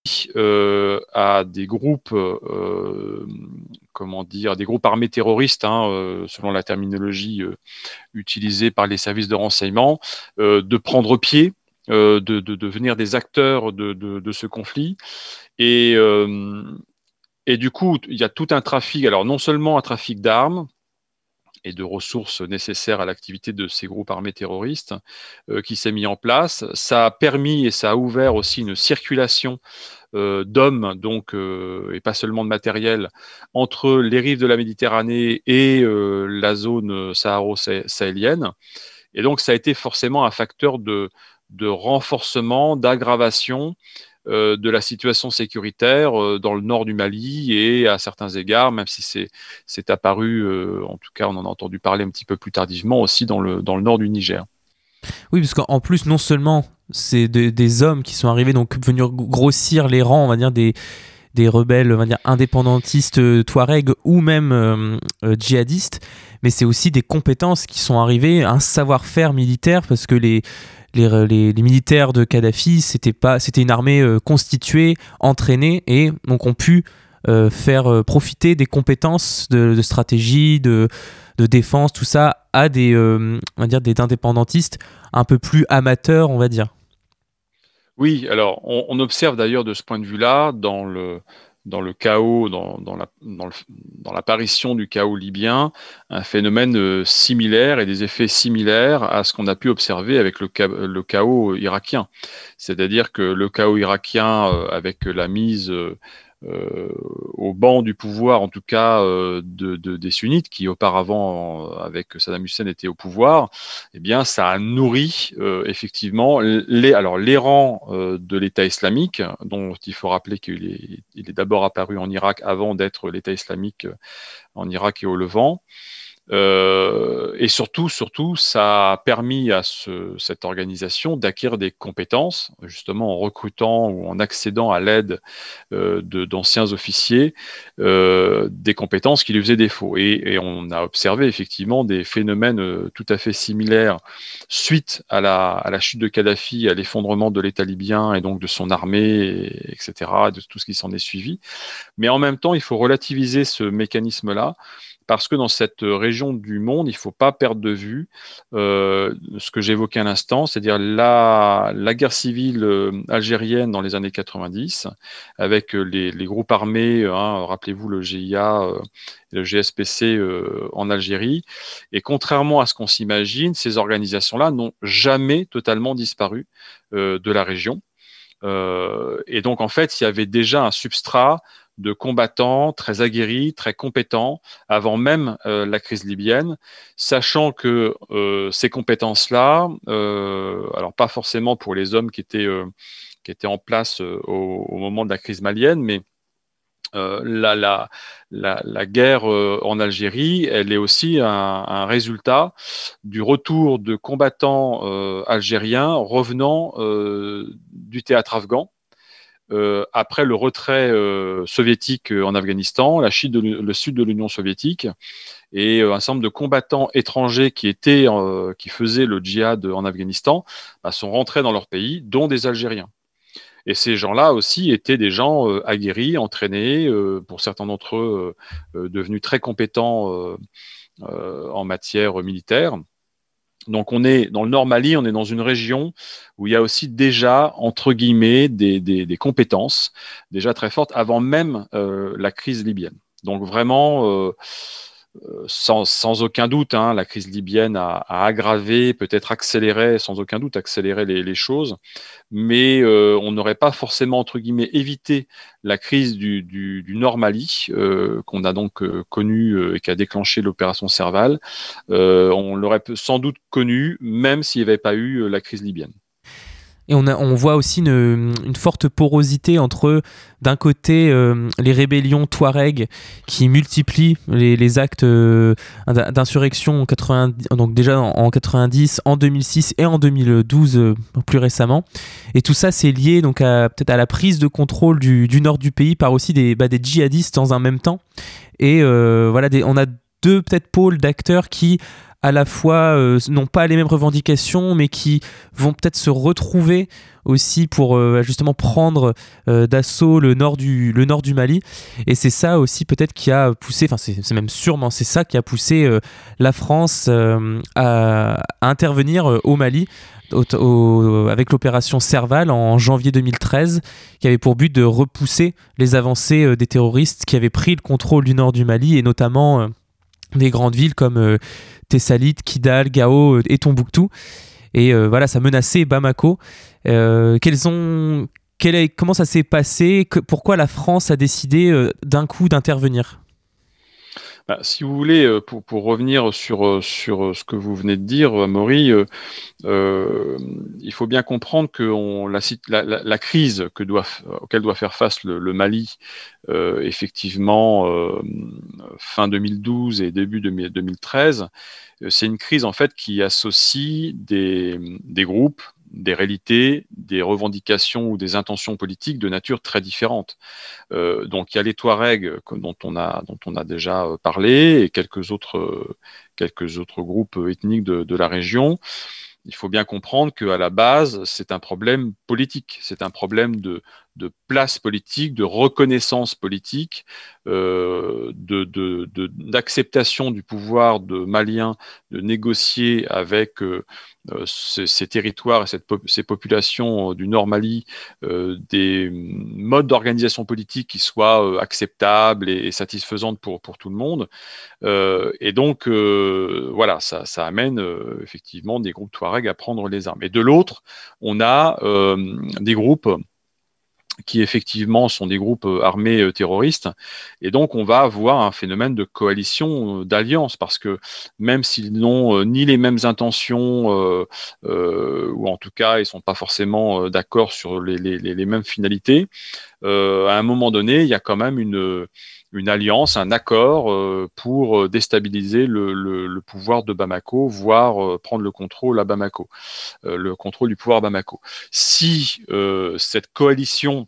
euh, à des groupes, euh, comment dire, des groupes armés terroristes, hein, euh, selon la terminologie euh, utilisée par les services de renseignement, euh, de prendre pied, euh, de, de, de devenir des acteurs de, de, de ce conflit. Et, euh, et du coup, il y a tout un trafic, alors non seulement un trafic d'armes et de ressources nécessaires à l'activité de ces groupes armés terroristes euh, qui s'est mis en place. Ça a permis et ça a ouvert aussi une circulation euh, d'hommes, donc, euh, et pas seulement de matériel, entre les rives de la Méditerranée et euh, la zone saharo-sahélienne. Et donc, ça a été forcément un facteur de, de renforcement, d'aggravation Euh, de la situation sécuritaire euh, dans le nord du Mali et à certains égards, même si c'est, c'est apparu, euh, en tout cas on en a entendu parler un petit peu plus tardivement, aussi dans le, dans le nord du Niger. Oui, parce qu'en plus, non seulement c'est de, des hommes qui sont arrivés, donc venir grossir les rangs, on va dire, des, des rebelles, on va dire, indépendantistes euh, touaregs ou même euh, euh, djihadistes, mais c'est aussi des compétences qui sont arrivées, un savoir-faire militaire, parce que les Les, les, les militaires de Kadhafi, c'était, pas, c'était une armée euh, constituée, entraînée, et donc ont pu euh, faire euh, profiter des compétences de, de stratégie, de, de défense, tout ça, à des, euh, on va dire des indépendantistes un peu plus amateurs, on va dire. Oui, alors on, on observe d'ailleurs de ce point de vue-là, dans le, dans le chaos, dans, dans, la, dans, le, dans l'apparition du chaos libyen, un phénomène euh, similaire et des effets similaires à ce qu'on a pu observer avec le, le chaos irakien. C'est-à-dire que le chaos irakien, euh, avec la mise euh, euh, au banc du pouvoir, en tout cas euh, de, de, des sunnites, qui auparavant, avec Saddam Hussein, étaient au pouvoir, eh bien, ça a nourri euh, effectivement les, alors, les rangs euh, de l'État islamique, dont il faut rappeler qu'il est, il est d'abord apparu en Irak avant d'être l'État islamique en Irak et au Levant. Euh, et surtout, surtout, ça a permis à ce, cette organisation d'acquérir des compétences, justement en recrutant ou en accédant à l'aide euh, de, d'anciens officiers, euh, des compétences qui lui faisaient défaut. Et, et on a observé effectivement des phénomènes euh, tout à fait similaires suite à la, à la chute de Kadhafi, à l'effondrement de l'État libyen et donc de son armée, et, etc., de tout ce qui s'en est suivi. Mais en même temps, il faut relativiser ce mécanisme-là, parce que dans cette région du monde, il ne faut pas perdre de vue euh, ce que j'évoquais à l'instant, c'est-à-dire la, la guerre civile euh, algérienne dans les années quatre-vingt-dix, avec les, les groupes armés, hein, rappelez-vous le G I A euh, et le G S P C euh, en Algérie. Et contrairement à ce qu'on s'imagine, ces organisations-là n'ont jamais totalement disparu euh, de la région. Euh, et donc, en fait, il y avait déjà un substrat de combattants très aguerris, très compétents, avant même euh, la crise libyenne, sachant que euh, ces compétences-là, euh, alors pas forcément pour les hommes qui étaient, euh, qui étaient en place euh, au, au moment de la crise malienne, mais euh, la, la, la, la guerre euh, en Algérie, elle est aussi un, un résultat du retour de combattants euh, algériens revenant euh, du théâtre afghan. Euh, après le retrait euh, soviétique en Afghanistan, la chute de le sud de l'Union soviétique et euh, un certain nombre de combattants étrangers qui étaient, euh, qui faisaient le djihad en Afghanistan, bah, sont rentrés dans leur pays, dont des Algériens. Et ces gens-là aussi étaient des gens euh, aguerris, entraînés, euh, pour certains d'entre eux euh, devenus très compétents euh, euh, en matière militaire. Donc on est dans le Nord Mali, on est dans une région où il y a aussi déjà, entre guillemets, des, des, des compétences déjà très fortes avant même euh, la crise libyenne. Donc vraiment, euh, sans, sans aucun doute, hein, la crise libyenne a, a aggravé, peut-être accéléré, sans aucun doute accéléré les, les choses, mais euh, on n'aurait pas forcément, entre guillemets, évité la crise du, du, du Nord Mali, euh, qu'on a donc euh, connue euh, et qui a déclenché l'opération Serval. Euh, on l'aurait sans doute connue, même s'il n'y avait pas eu euh, la crise libyenne. Et on, a, on voit aussi une, une forte porosité entre, d'un côté, euh, les rébellions Touareg qui multiplient les, les actes euh, d'insurrection en quatre-vingt-dix, donc déjà en, en quatre-vingt-dix, en deux mille six et en deux mille douze euh, plus récemment. Et tout ça, c'est lié donc à, peut-être à la prise de contrôle du, du nord du pays par aussi des, bah, des djihadistes dans un même temps. Et euh, voilà, des, on a deux peut-être pôles d'acteurs qui à la fois euh, n'ont pas les mêmes revendications, mais qui vont peut-être se retrouver aussi pour euh, justement prendre euh, d'assaut le nord du le nord du Mali. Et c'est ça aussi peut-être qui a poussé, enfin c'est, c'est même sûrement c'est ça qui a poussé euh, la France euh, à, à intervenir euh, au Mali. Au, au, avec l'opération Serval en janvier deux mille treize, qui avait pour but de repousser les avancées euh, des terroristes qui avaient pris le contrôle du nord du Mali, et notamment euh, des grandes villes comme euh, Tessalit, Kidal, Gao euh, et Tombouctou. Et euh, voilà, ça menaçait Bamako. Euh, quels ont, quel est, comment ça s'est passé? que, Pourquoi la France a décidé euh, d'un coup d'intervenir? Bah, si vous voulez, pour, pour revenir sur, sur ce que vous venez de dire, Amaury, euh, euh, il faut bien comprendre que on, la, la, la crise que doit, auquel doit faire face le, le Mali, euh, effectivement, euh, fin deux mille douze et début deux mille treize, c'est une crise en fait qui associe des, des groupes, des réalités, des revendications ou des intentions politiques de nature très différente. Euh, donc il y a les Touaregs dont on a, dont on a déjà parlé et quelques autres, quelques autres groupes ethniques de, de la région. Il faut bien comprendre qu'à la base, c'est un problème politique, c'est un problème de, de place politique, de reconnaissance politique, euh, de, de, de, d'acceptation du pouvoir de Maliens de négocier avec euh, ces, ces territoires et cette, ces populations du Nord Mali euh, des modes d'organisation politique qui soient euh, acceptables et, et satisfaisantes pour, pour tout le monde. Euh, et donc, euh, voilà, ça, ça amène euh, effectivement des groupes Touareg à prendre les armes. Et de l'autre, on a euh, des groupes qui effectivement sont des groupes armés euh, terroristes. Et donc, on va avoir un phénomène de coalition, euh, d'alliance, parce que même s'ils n'ont euh, ni les mêmes intentions, euh, euh, ou en tout cas, ils ne sont pas forcément euh, d'accord sur les, les, les mêmes finalités, euh, à un moment donné, il y a quand même une, une alliance, un accord euh, pour déstabiliser le, le, le pouvoir de Bamako, voire euh, prendre le contrôle à Bamako, euh, le contrôle du pouvoir à Bamako. Si euh, cette coalition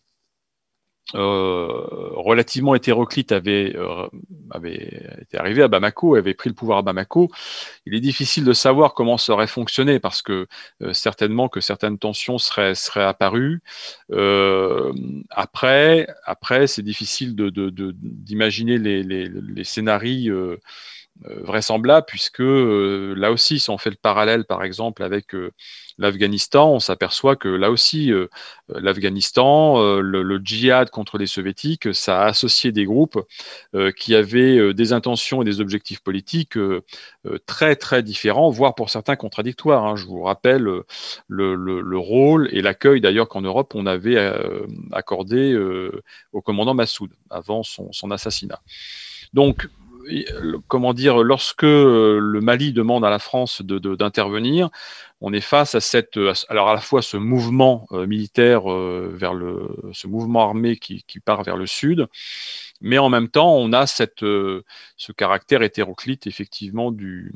Euh, relativement hétéroclite avait, euh, avait été arrivé à Bamako, avait pris le pouvoir à Bamako, il est difficile de savoir comment ça aurait fonctionné parce que euh, certainement que certaines tensions seraient, seraient apparues. Euh, après, après c'est difficile de, de, de, d'imaginer les, les, les scénarios euh, vraisemblable, puisque euh, là aussi, si on fait le parallèle, par exemple, avec euh, l'Afghanistan, on s'aperçoit que là aussi, euh, l'Afghanistan, euh, le, le djihad contre les soviétiques, ça a associé des groupes euh, qui avaient euh, des intentions et des objectifs politiques euh, euh, très, très différents, voire pour certains contradictoires. Hein. Je vous rappelle euh, le, le, le rôle et l'accueil, d'ailleurs, qu'en Europe, on avait euh, accordé euh, au commandant Massoud avant son, son assassinat. Donc, comment dire, lorsque le Mali demande à la France de, de, d'intervenir, on est face à cette, alors à la fois ce mouvement euh, militaire euh, vers le, ce mouvement armé qui, qui part vers le sud, mais en même temps, on a cette, euh, ce caractère hétéroclite effectivement du,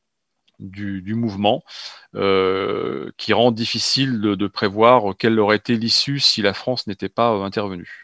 du, du mouvement euh, qui rend difficile de, de prévoir quelle aurait été l'issue si la France n'était pas euh, intervenue.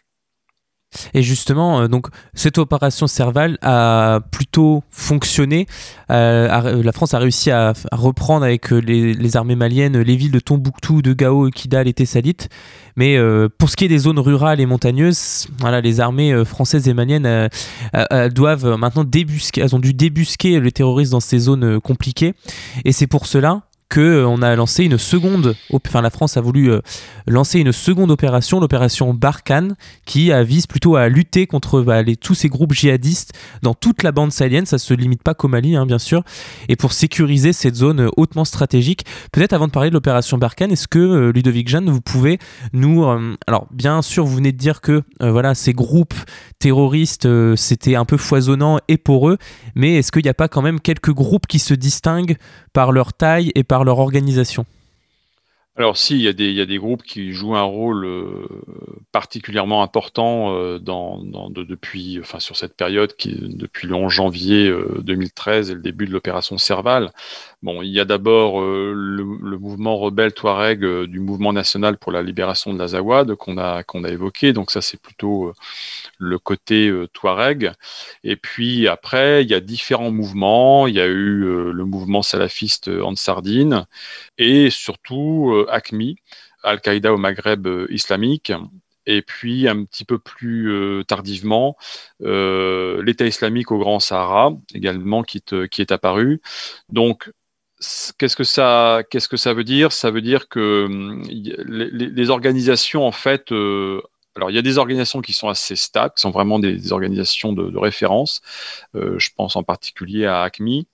Et justement, euh, donc cette opération Serval a plutôt fonctionné. Euh, a, la France a réussi à, à reprendre avec les, les armées maliennes les villes de Tombouctou, de Gao, Kidal et Tessalit. Mais euh, pour ce qui est des zones rurales et montagneuses, voilà, les armées euh, françaises et maliennes euh, euh, doivent maintenant débusquer. Elles ont dû débusquer les terroristes dans ces zones euh, compliquées. Et c'est pour cela qu'on a lancé une seconde, enfin la France a voulu euh, lancer une seconde opération, l'opération Barkhane, qui euh, vise plutôt à lutter contre bah, les, tous ces groupes djihadistes dans toute la bande sahélienne. Ça ne se limite pas qu'au Mali, hein, bien sûr, et pour sécuriser cette zone hautement stratégique. Peut-être avant de parler de l'opération Barkhane, est-ce que euh, Ludovic Jeanne, vous pouvez nous... Euh, alors bien sûr, vous venez de dire que euh, voilà, ces groupes terroristes, euh, c'était un peu foisonnant et poreux, mais est-ce qu'il n'y a pas quand même quelques groupes qui se distinguent par leur taille et par leur organisation? Alors si, il y a des, il y a des groupes qui jouent un rôle euh, particulièrement important euh, dans, dans, de, depuis, enfin, sur cette période, qui, depuis le onze janvier euh, deux mille treize et le début de l'opération Serval. Bon, il y a d'abord euh, le, le mouvement rebelle Touareg euh, du mouvement national pour la libération de l'Azawad qu'on a qu'on a évoqué. Donc ça, c'est plutôt euh, le côté euh, Touareg. Et puis après, il y a différents mouvements. Il y a eu euh, le mouvement salafiste euh, Ansardine et surtout euh, A Q M I, Al-Qaïda au Maghreb euh, islamique. Et puis un petit peu plus euh, tardivement, euh, l'État islamique au Grand Sahara également qui, te, qui est apparu. Donc qu'est-ce que ça, qu'est-ce que ça veut dire? Ça veut dire que hum, y- les, les- les organisations, en fait, euh, alors il y a des organisations qui sont assez stables, qui sont vraiment des, des organisations de, de référence. Euh, je pense en particulier à A Q M I.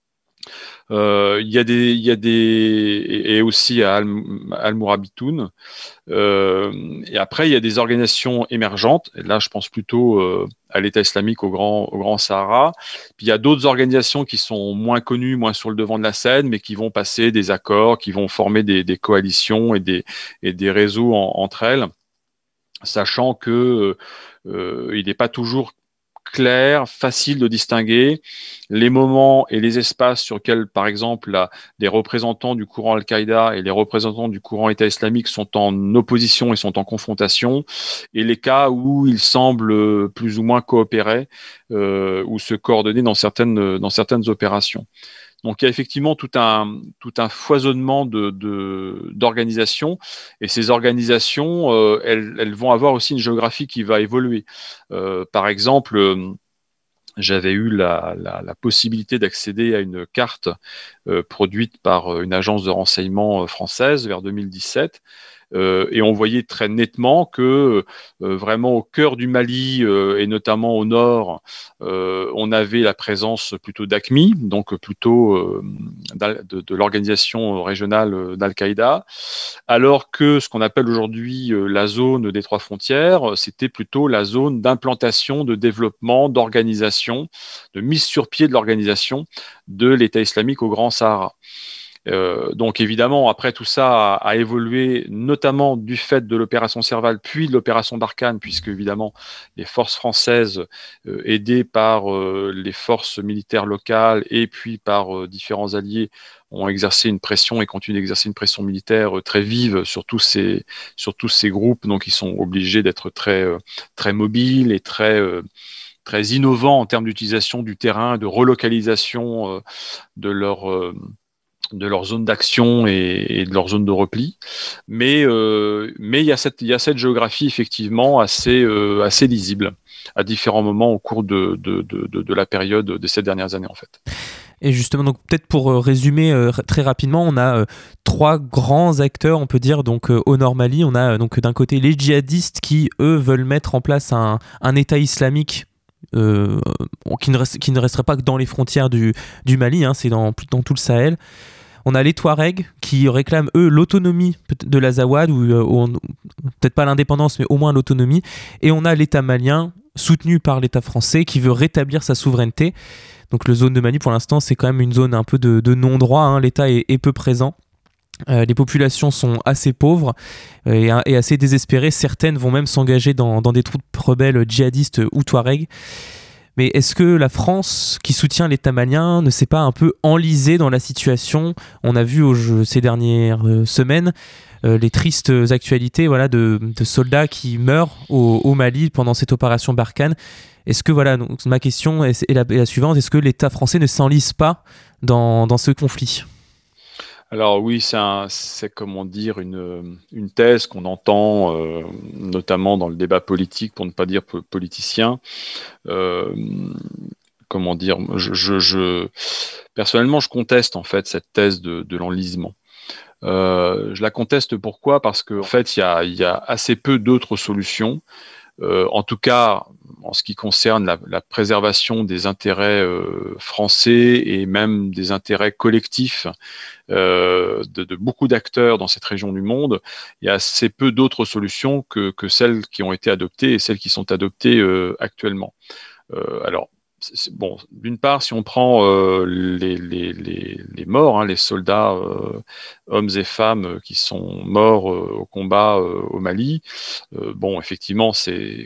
Euh, Il y a des, il y a des, et et aussi à Al, Al-Mourabitoun. Euh, et après, il y a des organisations émergentes. Et là, je pense plutôt euh, à l'État islamique au Grand, au Grand Sahara. Puis il y a d'autres organisations qui sont moins connues, moins sur le devant de la scène, mais qui vont passer des accords, qui vont former des, des coalitions et des, et des réseaux en- entre elles, sachant que euh, il n'est pas toujours clair, facile de distinguer les moments et les espaces sur lesquels, par exemple, la- les représentants du courant Al-Qaïda et les représentants du courant État islamique sont en opposition et sont en confrontation, et les cas où ils semblent euh, plus ou moins coopérer euh, ou se coordonner dans certaines, dans certaines opérations. Donc il y a effectivement tout un, tout un foisonnement de, de, d'organisations, et ces organisations, euh, elles, elles vont avoir aussi une géographie qui va évoluer. Euh, par exemple, euh, j'avais eu la, la, la possibilité d'accéder à une carte euh, produite par euh, une agence de renseignement euh, française vers deux mille dix-sept. Euh, et on voyait très nettement que euh, vraiment au cœur du Mali euh, et notamment au nord, euh, on avait la présence plutôt d'A Q M I, donc plutôt euh, de, de l'organisation régionale d'Al-Qaïda, alors que ce qu'on appelle aujourd'hui euh, la zone des trois frontières, c'était plutôt la zone d'implantation, de développement, d'organisation, de mise sur pied de l'organisation de l'État islamique au Grand Sahara. Euh, donc évidemment, après tout ça a, a évolué, notamment du fait de l'opération Serval, puis de l'opération Barkhane, puisque évidemment les forces françaises, euh, aidées par euh, les forces militaires locales et puis par euh, différents alliés, ont exercé une pression et continuent d'exercer une pression militaire euh, très vive sur tous ces, sur tous ces groupes. Donc ils sont obligés d'être très, euh, très mobiles et très, euh, très innovants en termes d'utilisation du terrain, de relocalisation euh, de leur... Euh, de leur zone d'action et, et de leur zone de repli. Mais euh, mais il y a cette il y a cette géographie effectivement assez euh, assez lisible à différents moments au cours de de, de, de de la période de ces dernières années en fait. Et justement, donc peut-être pour euh, résumer euh, r- très rapidement, on a euh, trois grands acteurs, on peut dire. Donc euh, au Nord Mali, on a euh, donc d'un côté les djihadistes qui eux veulent mettre en place un, un État islamique. Euh, qui, ne reste, qui ne resterait pas que dans les frontières du, du Mali, hein, c'est dans, dans tout le Sahel. On a les Touaregs qui réclament, eux, l'autonomie de l'Azawad, ou, euh, ou peut-être pas l'indépendance, mais au moins l'autonomie. Et on a l'État malien, soutenu par l'État français, qui veut rétablir sa souveraineté. Donc le zone de Mali, pour l'instant, c'est quand même une zone un peu de, de non-droit. Hein. L'État est, est peu présent. Euh, les populations sont assez pauvres euh, et, et assez désespérées. Certaines vont même s'engager dans, dans des troupes rebelles djihadistes ou Touaregs. Mais est-ce que la France, qui soutient l'État malien, ne s'est pas un peu enlisée dans la situation? On a vu au jeu, ces dernières euh, semaines euh, les tristes actualités voilà, de, de soldats qui meurent au, au Mali pendant cette opération Barkhane. Est-ce que, voilà, donc, ma question est, est, la, est la suivante, est-ce que l'État français ne s'enlise pas dans, dans ce conflit? Alors oui, c'est, un, c'est comment dire une, une thèse qu'on entend euh, notamment dans le débat politique, pour ne pas dire po- politicien. Euh, comment dire, je, je, je- personnellement, je conteste en fait cette thèse de, de l'enlisement. Euh, je la conteste pourquoi? Parce qu'en en fait, il y a, il y a assez peu d'autres solutions. Euh, en tout cas, en ce qui concerne la, la préservation des intérêts euh, français et même des intérêts collectifs euh, de, de beaucoup d'acteurs dans cette région du monde, il y a assez peu d'autres solutions que, que celles qui ont été adoptées et celles qui sont adoptées euh, actuellement. Euh, alors, c'est, bon, d'une part, si on prend euh, les, les, les, les morts, hein, les soldats, euh, hommes et femmes euh, qui sont morts euh, au combat euh, au Mali, euh, bon, effectivement, c'est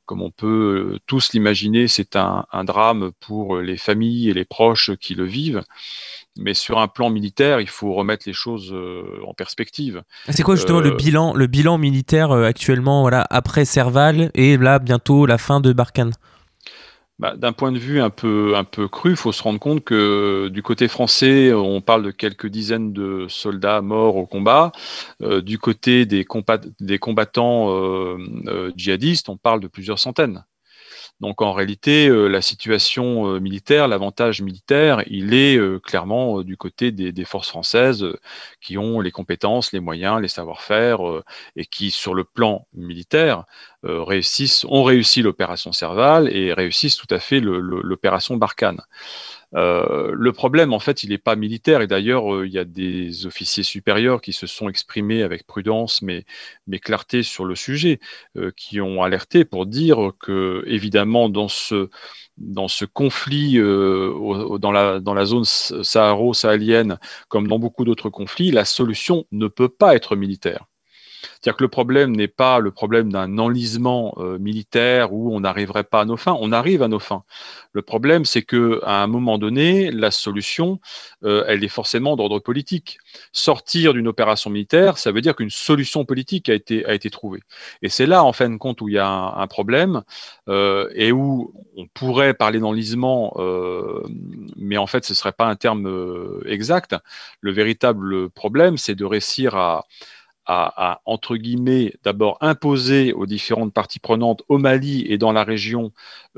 comme on peut tous l'imaginer, c'est un, un drame pour les familles et les proches qui le vivent. Mais sur un plan militaire, il faut remettre les choses euh, en perspective. C'est quoi justement euh... le bilan, le bilan militaire euh, actuellement, voilà, après Serval et là bientôt la fin de Barkhane? Bah, d'un point de vue un peu, un peu cru, il faut se rendre compte que du côté français, on parle de quelques dizaines de soldats morts au combat. Euh, du côté des, combat- des combattants euh, euh, djihadistes, on parle de plusieurs centaines. Donc en réalité, euh, la situation euh, militaire, l'avantage militaire, il est euh, clairement euh, du côté des, des forces françaises euh, qui ont les compétences, les moyens, les savoir-faire euh, et qui, sur le plan militaire, euh, réussissent, ont réussi l'opération Serval et réussissent tout à fait le, le, l'opération Barkhane. Euh, le problème, en fait, il n'est pas militaire. Et d'ailleurs, euh, il y a des officiers supérieurs qui se sont exprimés avec prudence, mais, mais clarté sur le sujet, euh, qui ont alerté pour dire que, évidemment, dans ce, dans ce conflit, euh, au, dans, la, dans la zone saharo-sahélienne, comme dans beaucoup d'autres conflits, la solution ne peut pas être militaire. C'est-à-dire que le problème n'est pas le problème d'un enlisement euh, militaire où on n'arriverait pas à nos fins. On arrive à nos fins. Le problème, c'est qu'à un moment donné, la solution, euh, elle est forcément d'ordre politique. Sortir d'une opération militaire, ça veut dire qu'une solution politique a été, a été trouvée. Et c'est là, en fin de compte, où il y a un, un problème euh, et où on pourrait parler d'enlisement, euh, mais en fait, ce ne serait pas un terme euh, exact. Le véritable problème, c'est de réussir à À, à, entre guillemets, d'abord imposer aux différentes parties prenantes au Mali et dans la région,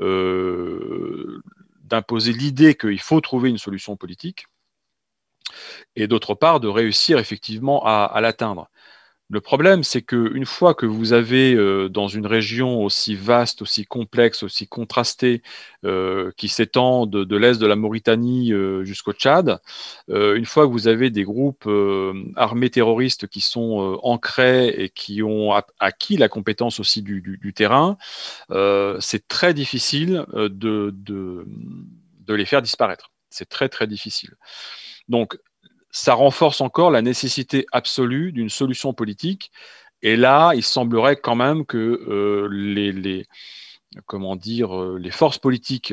euh, d'imposer l'idée qu'il faut trouver une solution politique, et d'autre part, de réussir effectivement à, à l'atteindre. Le problème, c'est qu'une fois que vous avez euh, dans une région aussi vaste, aussi complexe, aussi contrastée, euh, qui s'étend de, de l'est de la Mauritanie euh, jusqu'au Tchad, euh, une fois que vous avez des groupes euh, armés terroristes qui sont euh, ancrés et qui ont acquis la compétence aussi du, du, du terrain, euh, c'est très difficile euh, de, de, de les faire disparaître. C'est très, très difficile. Donc, ça renforce encore la nécessité absolue d'une solution politique. Et là, il semblerait quand même que euh, les, les, comment dire, euh, les forces politiques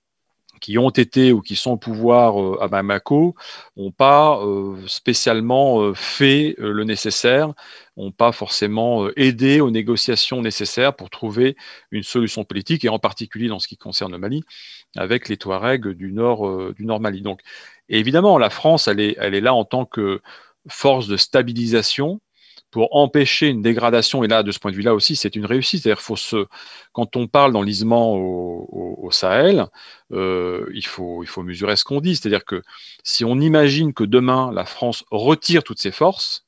qui ont été ou qui sont au pouvoir euh, à Bamako n'ont pas euh, spécialement euh, fait euh, le nécessaire, n'ont pas forcément euh, aidé aux négociations nécessaires pour trouver une solution politique, et en particulier dans ce qui concerne le Mali, avec les Touaregs du nord, euh, du nord Mali. Donc, et évidemment, la France, elle est, elle est là en tant que force de stabilisation pour empêcher une dégradation. Et là, de ce point de vue-là aussi, c'est une réussite. C'est-à-dire, faut se, quand on parle d'enlisement au, au, au Sahel, euh, il faut, il faut mesurer ce qu'on dit. C'est-à-dire que si on imagine que demain, la France retire toutes ses forces,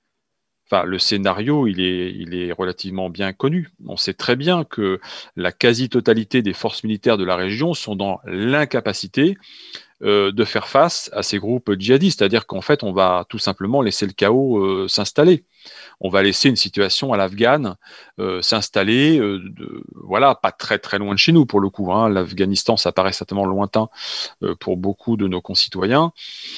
enfin, le scénario, il est, il est relativement bien connu. On sait très bien que la quasi-totalité des forces militaires de la région sont dans l'incapacité euh, de faire face à ces groupes djihadistes. C'est-à-dire qu'en fait, on va tout simplement laisser le chaos euh, s'installer. On va laisser une situation à l'Afghane euh, s'installer, euh, de, voilà, pas très très loin de chez nous pour le coup. Hein. L'Afghanistan, ça paraît certainement lointain euh, pour beaucoup de nos concitoyens.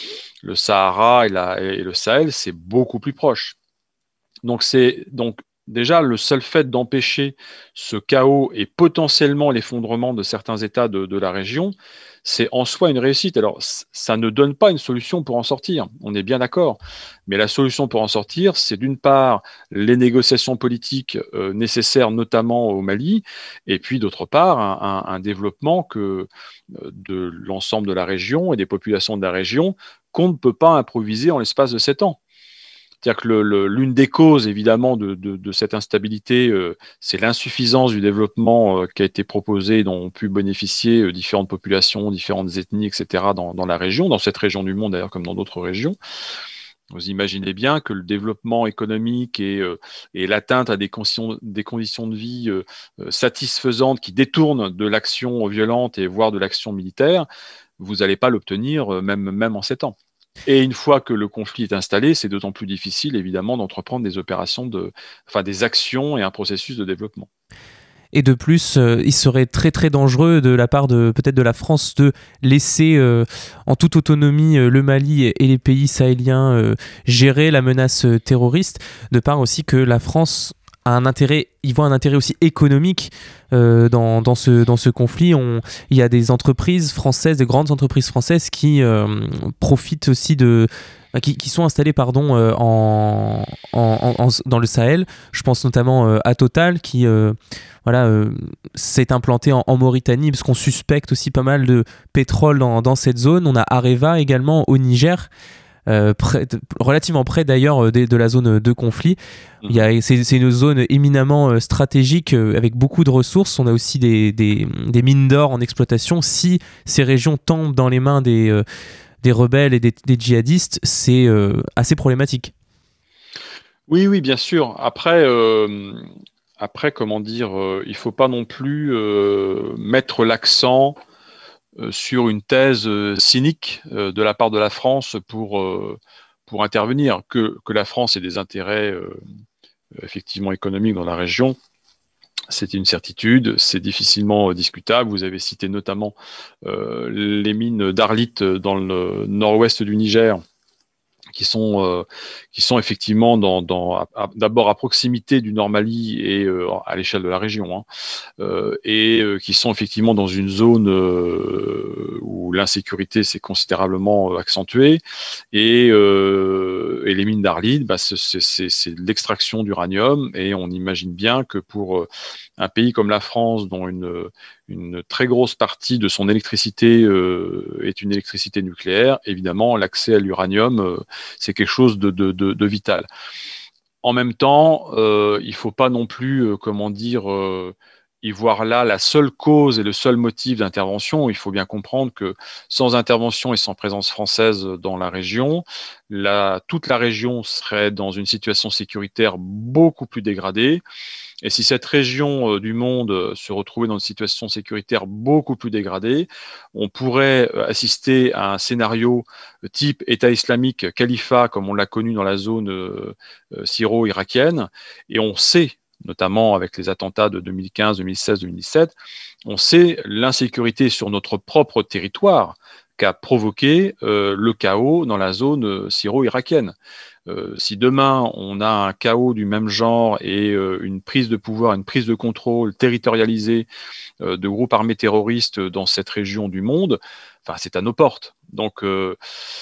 Le Sahara et, la, et le Sahel, c'est beaucoup plus proche. Donc, c'est donc déjà le seul fait d'empêcher ce chaos et potentiellement l'effondrement de certains États de, de la région, c'est en soi une réussite. Alors, ça ne donne pas une solution pour en sortir, on est bien d'accord. Mais la solution pour en sortir, c'est d'une part les négociations politiques euh, nécessaires, notamment au Mali, et puis d'autre part un, un, un développement que, euh, de l'ensemble de la région et des populations de la région qu'on ne peut pas improviser en l'espace de sept ans. C'est-à-dire que le, le, l'une des causes, évidemment, de, de, de cette instabilité, euh, c'est l'insuffisance du développement euh, qui a été proposé, dont ont pu bénéficier euh, différentes populations, différentes ethnies, et cetera, dans, dans la région, dans cette région du monde, d'ailleurs, comme dans d'autres régions. Vous imaginez bien que le développement économique et, euh, et l'atteinte à des conditions, des conditions de vie euh, satisfaisantes qui détournent de l'action violente et voire de l'action militaire, vous n'allez pas l'obtenir euh, même, même en sept ans. Et une fois que le conflit est installé, c'est d'autant plus difficile, évidemment, d'entreprendre des opérations, de, enfin des actions et un processus de développement. Et de plus, euh, il serait très très dangereux de la part de peut-être de la France de laisser euh, en toute autonomie euh, le Mali et, et les pays sahéliens euh, gérer la menace terroriste, de part aussi que la France a un intérêt, il voit un intérêt aussi économique euh, dans, dans, ce, dans ce conflit. On, il y a des entreprises françaises, des grandes entreprises françaises qui euh, profitent aussi de... Qui, qui sont installées pardon, euh, en, en, en, dans le Sahel. Je pense notamment euh, à Total qui euh, voilà, euh, s'est implanté en, en Mauritanie parce qu'on suspecte aussi pas mal de pétrole dans, dans cette zone. On a Areva également au Niger. Euh, près de, relativement près d'ailleurs de, de la zone de conflit. Il y a, c'est, c'est une zone éminemment stratégique avec beaucoup de ressources. On a aussi des, des, des mines d'or en exploitation. Si ces régions tombent dans les mains des, euh, des rebelles et des, des djihadistes, c'est euh, assez problématique. Oui, oui, bien sûr. Après, euh, après comment dire, euh, il ne faut pas non plus euh, mettre l'accent sur une thèse cynique de la part de la France pour, pour intervenir. Que, que la France ait des intérêts euh, effectivement économiques dans la région, c'est une certitude, c'est difficilement discutable. Vous avez cité notamment euh, les mines d'Arlit dans le nord-ouest du Niger, qui sont, euh, qui sont effectivement dans, dans, à, à, d'abord à proximité du Nord Mali et euh, à l'échelle de la région, hein, euh, et euh, qui sont effectivement dans une zone euh, où l'insécurité s'est considérablement accentuée. Et, euh, et les mines d'Arlit, bah, c'est, c'est, c'est de l'extraction d'uranium, et on imagine bien que pour un pays comme la France, dont une, une très grosse partie de son électricité euh, est une électricité nucléaire, évidemment, l'accès à l'uranium, euh, c'est quelque chose de, de, de, de vital. En même temps, euh, il ne faut pas non plus, euh, comment dire, euh, y voir là la seule cause et le seul motif d'intervention. Il faut bien comprendre que sans intervention et sans présence française dans la région, la, toute la région serait dans une situation sécuritaire beaucoup plus dégradée. Et si cette région euh, du monde euh, se retrouvait dans une situation sécuritaire beaucoup plus dégradée, on pourrait euh, assister à un scénario type État islamique, califat, comme on l'a connu dans la zone euh, euh, syro-irakienne. Et on sait, notamment avec les attentats de deux mille quinze, deux mille seize, deux mille dix-sept, on sait l'insécurité sur notre propre territoire qu'a provoqué euh, le chaos dans la zone euh, syro-irakienne. Euh, si demain on a un chaos du même genre et euh, une prise de pouvoir, une prise de contrôle territorialisée euh, de groupes armés terroristes dans cette région du monde, enfin c'est à nos portes. Donc, euh,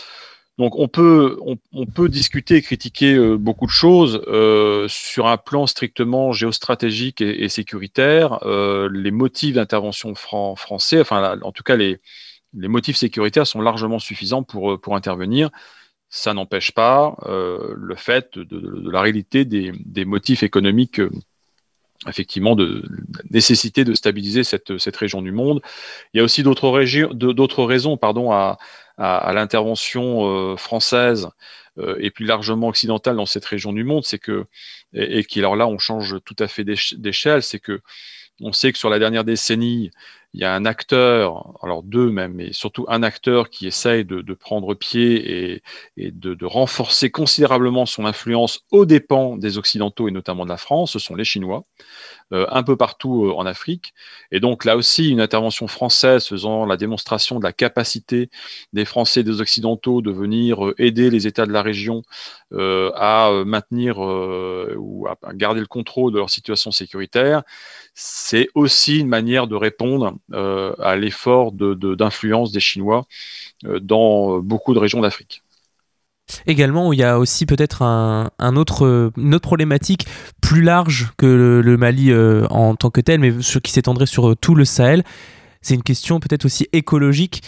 donc on peut on, on peut discuter et critiquer euh, beaucoup de choses euh, sur un plan strictement géostratégique et, et sécuritaire. Euh, les motifs d'intervention fran- français, enfin la, en tout cas les les motifs sécuritaires sont largement suffisants pour pour intervenir. Ça n'empêche pas euh, le fait de, de, de la réalité des, des motifs économiques, euh, effectivement, de, de la nécessité de stabiliser cette, cette région du monde. Il y a aussi d'autres, régions, de, d'autres raisons pardon, à, à, à l'intervention euh, française euh, et plus largement occidentale dans cette région du monde, c'est que, et, et qui alors là on change tout à fait d'échelle, c'est que on sait que sur la dernière décennie, il y a un acteur, alors deux même, mais surtout un acteur qui essaye de, de prendre pied et, et de, de renforcer considérablement son influence aux dépens des Occidentaux et notamment de la France, ce sont les Chinois, euh, un peu partout euh, en Afrique. Et donc là aussi, une intervention française faisant la démonstration de la capacité des Français et des Occidentaux de venir euh, aider les États de la région euh, à euh, maintenir euh, ou à garder le contrôle de leur situation sécuritaire, c'est aussi une manière de répondre euh, à l'effort de, de, d'influence des Chinois euh, dans beaucoup de régions d'Afrique. Également, il y a aussi peut-être un, un autre, une autre problématique plus large que le, le Mali euh, en tant que tel, mais sur, qui s'étendrait sur euh, tout le Sahel. C'est une question peut-être aussi écologique.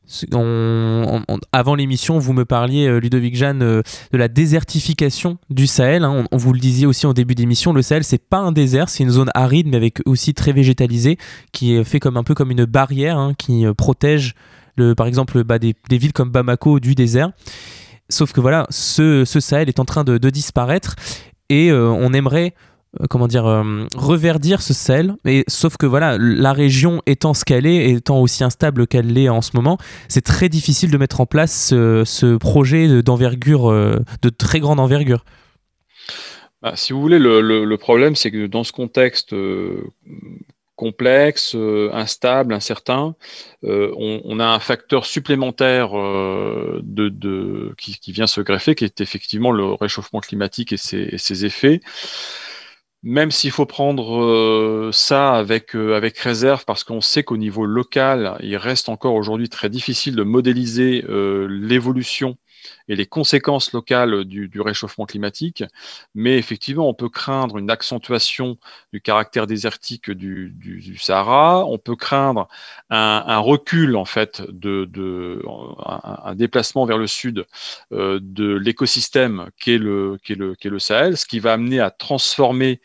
On, on, avant l'émission, vous me parliez, euh, Ludovic Jeanne, euh, de la désertification du Sahel. Hein. On, on vous le disait aussi en début d'émission, le Sahel, c'est pas un désert, c'est une zone aride, mais avec aussi très végétalisée, qui est fait comme un peu comme une barrière, hein, qui euh, protège, le, par exemple, bah, des, des villes comme Bamako du désert. Sauf que voilà, ce, ce Sahel est en train de, de disparaître et euh, on aimerait euh, comment dire, euh, reverdir ce Sahel. Et, sauf que voilà, la région étant ce qu'elle est, étant aussi instable qu'elle l'est en ce moment, c'est très difficile de mettre en place ce, ce projet d'envergure, euh, de très grande envergure. Bah, si vous voulez, le, le, le problème, c'est que dans ce contexte euh, complexe, euh, instable, incertain, euh, on, on a un facteur supplémentaire euh, de, de, qui, qui vient se greffer, qui est effectivement le réchauffement climatique et ses, et ses effets. même s'il faut prendre euh, ça avec, euh, avec réserve, parce qu'on sait qu'au niveau local, il reste encore aujourd'hui très difficile de modéliser euh, l'évolution et les conséquences locales du, du réchauffement climatique. Mais effectivement, on peut craindre une accentuation du caractère désertique du, du, du Sahara. On peut craindre un, un recul, en fait, de, de, un, un déplacement vers le sud euh, de l'écosystème qu'est le, qu'est le, qu'est le Sahel, ce qui va amener à transformer,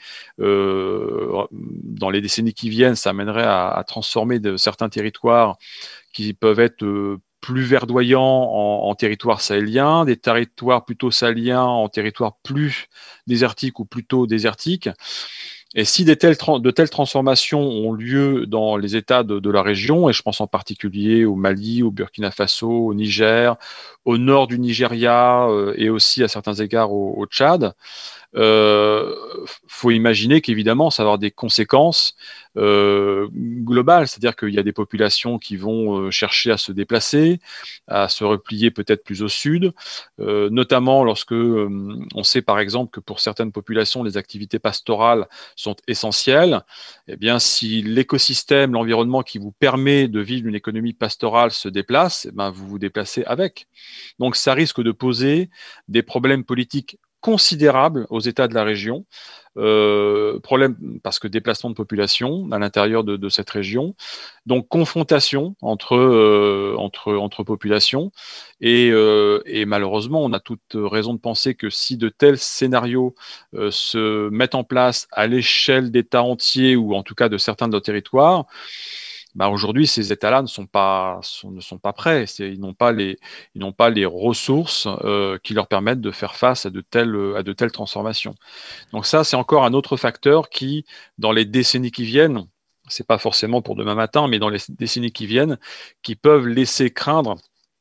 euh, dans les décennies qui viennent, ça amènerait à, à transformer de certains territoires qui peuvent être euh, plus verdoyants en, en territoire sahélien, des territoires plutôt sahéliens en territoires plus désertiques ou plutôt désertiques. Et si de telles, de telles transformations ont lieu dans les États de, de la région, et je pense en particulier au Mali, au Burkina Faso, au Niger, au nord du Nigeria euh, et aussi à certains égards au, au Tchad, il euh, faut imaginer qu'évidemment ça va avoir des conséquences euh, globales, c'est-à-dire qu'il y a des populations qui vont euh, chercher à se déplacer, à se replier peut-être plus au sud, euh, notamment lorsque euh, on sait par exemple que pour certaines populations les activités pastorales sont essentielles. Eh bien, si l'écosystème, l'environnement qui vous permet de vivre une économie pastorale se déplace, eh bien, vous vous déplacez avec. Donc ça risque de poser des problèmes politiques considérable aux États de la région. Euh, problème parce que déplacement de population à l'intérieur de, de cette région, donc confrontation entre, euh, entre, entre populations et, euh, et malheureusement on a toute raison de penser que si de tels scénarios euh, se mettent en place à l'échelle d'États entiers ou en tout cas de certains de nos territoires, bah aujourd'hui, ces États-là ne sont pas, sont, ne sont pas prêts. C'est, ils n'ont pas les, ils n'ont pas les ressources euh, qui leur permettent de faire face à de telles, à de telles transformations. Donc ça, c'est encore un autre facteur qui, dans les décennies qui viennent, c'est pas forcément pour demain matin, mais dans les décennies qui viennent, qui peuvent laisser craindre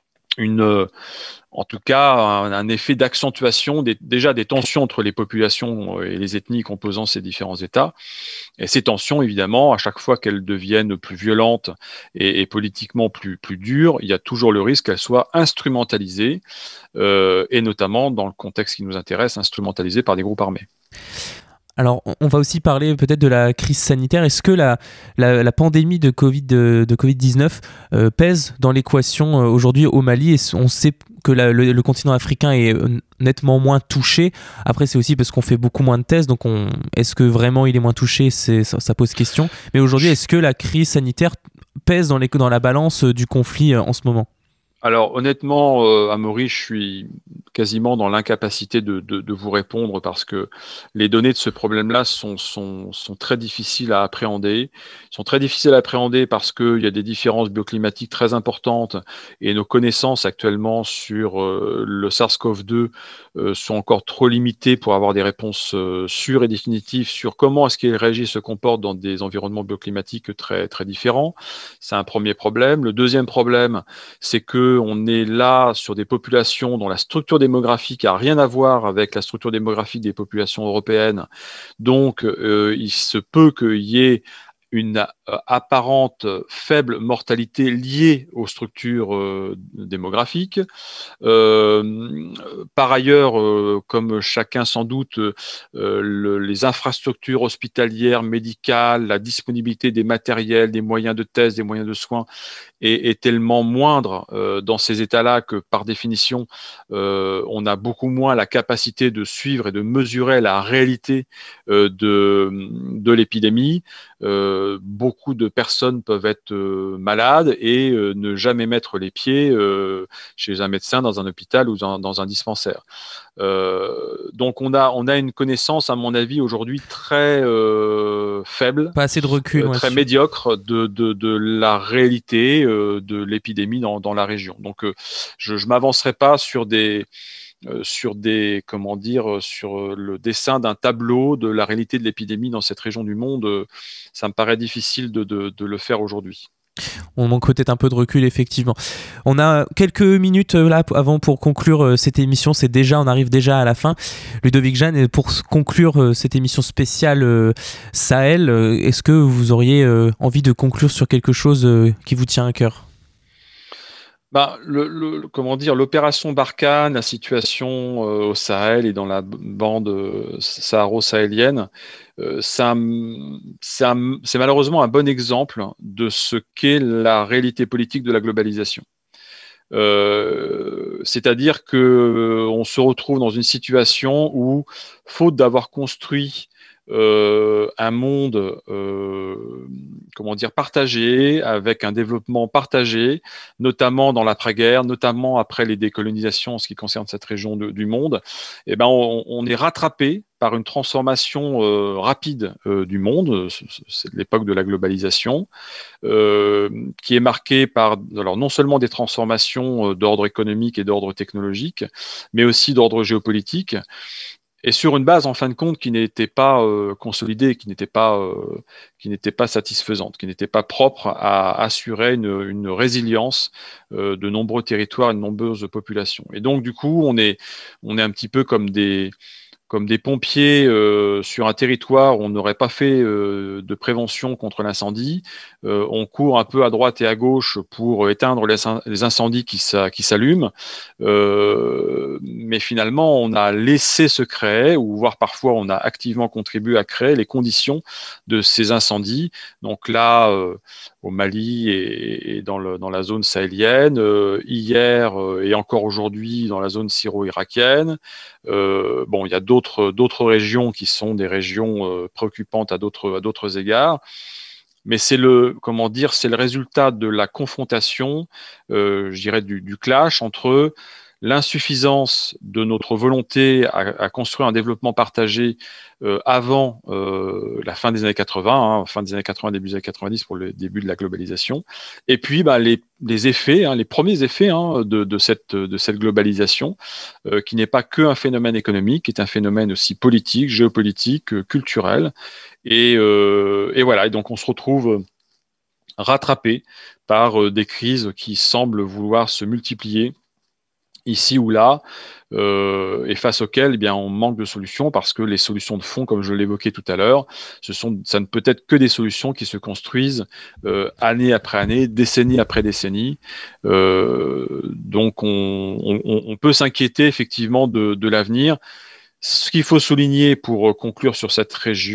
une, en tout cas, un, un effet d'accentuation des, déjà des tensions entre les populations et les ethnies composant ces différents États. Et ces tensions, évidemment, à chaque fois qu'elles deviennent plus violentes et, et politiquement plus, plus dures, il y a toujours le risque qu'elles soient instrumentalisées, euh, et notamment, dans le contexte qui nous intéresse, instrumentalisées par des groupes armés. Alors, on va aussi parler peut-être de la crise sanitaire. Est-ce que la, la, la pandémie de, COVID, de, de covid dix-neuf euh, pèse dans l'équation euh, aujourd'hui au Mali? Et on sait que la, le, le continent africain est nettement moins touché. Après, c'est aussi parce qu'on fait beaucoup moins de tests. Donc, on, est-ce que vraiment il est moins touché? C'est, ça, ça pose question. Mais aujourd'hui, est-ce que la crise sanitaire pèse dans, les, dans la balance du conflit euh, en ce moment? Alors honnêtement, euh, Amaury, je suis quasiment dans l'incapacité de, de, de vous répondre parce que les données de ce problème-là sont, sont, sont très difficiles à appréhender. Ils sont très difficiles à appréhender parce qu'il y a des différences bioclimatiques très importantes et nos connaissances actuellement sur euh, le SARS-CoV deux euh, sont encore trop limitées pour avoir des réponses euh, sûres et définitives sur comment est-ce qu'il réagit et se comporte dans des environnements bioclimatiques très, très différents. C'est un premier problème. Le deuxième problème, c'est que on est là sur des populations dont la structure démographique n'a rien à voir avec la structure démographique des populations européennes. Donc, euh, il se peut qu'il y ait une euh, apparente faible mortalité liée aux structures euh, démographiques. Euh, par ailleurs, euh, comme chacun sans doute, euh, le, les infrastructures hospitalières, médicales, la disponibilité des matériels, des moyens de tests, des moyens de soins est, est tellement moindre euh, dans ces états-là que par définition, euh, on a beaucoup moins la capacité de suivre et de mesurer la réalité euh, de, de l'épidémie. Euh, beaucoup de personnes peuvent être euh, malades et euh, ne jamais mettre les pieds euh, chez un médecin, dans un hôpital ou dans, dans un dispensaire. Euh, donc on a, on a une connaissance, à mon avis, aujourd'hui très euh, faible, pas assez de recul, euh, très ouais, médiocre de, de, de la réalité euh, de l'épidémie dans, dans la région. Donc euh, je ne m'avancerai pas sur des... Euh, sur des, comment dire, sur le dessin d'un tableau de la réalité de l'épidémie dans cette région du monde, euh, ça me paraît difficile de, de, de le faire aujourd'hui. On manque peut-être un peu de recul, effectivement. On a quelques minutes là avant pour conclure cette émission. C'est déjà, on arrive déjà à la fin. Ludovic Jeanne, pour conclure cette émission spéciale Sahel, est-ce que vous auriez envie de conclure sur quelque chose qui vous tient à cœur ? Bah, le, le, comment dire, l'opération Barkhane, la situation euh, au Sahel et dans la bande euh, saharo-sahélienne, euh, c'est, un, c'est, un, c'est malheureusement un bon exemple de ce qu'est la réalité politique de la globalisation. Euh, c'est-à-dire que euh, on se retrouve dans une situation où, faute d'avoir construit euh, un monde, euh, comment dire, partagé, avec un développement partagé, notamment dans l'après-guerre, notamment après les décolonisations en ce qui concerne cette région de, du monde, eh ben on, on est rattrapé par une transformation euh, rapide euh, du monde, c'est l'époque de la globalisation, euh, qui est marquée par alors, non seulement des transformations euh, d'ordre économique et d'ordre technologique, mais aussi d'ordre géopolitique, et sur une base, en fin de compte, qui n'était pas euh, consolidée, qui n'était pas, euh, qui n'était pas satisfaisante, qui n'était pas propre à assurer une, une résilience euh, de nombreux territoires et de nombreuses populations. Et donc, du coup, on est, on est un petit peu comme des comme des pompiers euh, sur un territoire où on n'aurait pas fait euh, de prévention contre l'incendie. Euh, on court un peu à droite et à gauche pour éteindre les, les incendies qui, qui s'allument. Euh, mais finalement, on a laissé se créer, ou voire parfois on a activement contribué à créer les conditions de ces incendies. Donc là, euh, au Mali et, et dans, le, dans la zone sahélienne, euh, hier euh, et encore aujourd'hui dans la zone syro-irakienne. Euh, bon, il y a d'autres, d'autres régions qui sont des régions euh, préoccupantes à d'autres, à d'autres égards. Mais c'est le, comment dire, c'est le résultat de la confrontation, euh, je dirais du, du clash entre l'insuffisance de notre volonté à, à construire un développement partagé euh, avant euh, la fin des années quatre-vingts, hein, fin des années quatre-vingts, début des années quatre-vingt-dix pour le début de la globalisation, et puis bah, les, les effets, hein, les premiers effets hein, de, de, cette, de cette globalisation, euh, qui n'est pas qu'un phénomène économique, qui est un phénomène aussi politique, géopolitique, euh, culturel, et, euh, et voilà, et donc on se retrouve rattrapé par euh, des crises qui semblent vouloir se multiplier ici ou là, euh, et face auxquelles eh bien, on manque de solutions, parce que les solutions de fond, comme je l'évoquais tout à l'heure, ce sont, ça ne peut être que des solutions qui se construisent euh, année après année, décennie après décennie. Euh, donc on, on, on peut s'inquiéter effectivement de, de l'avenir. Ce qu'il faut souligner pour conclure sur cette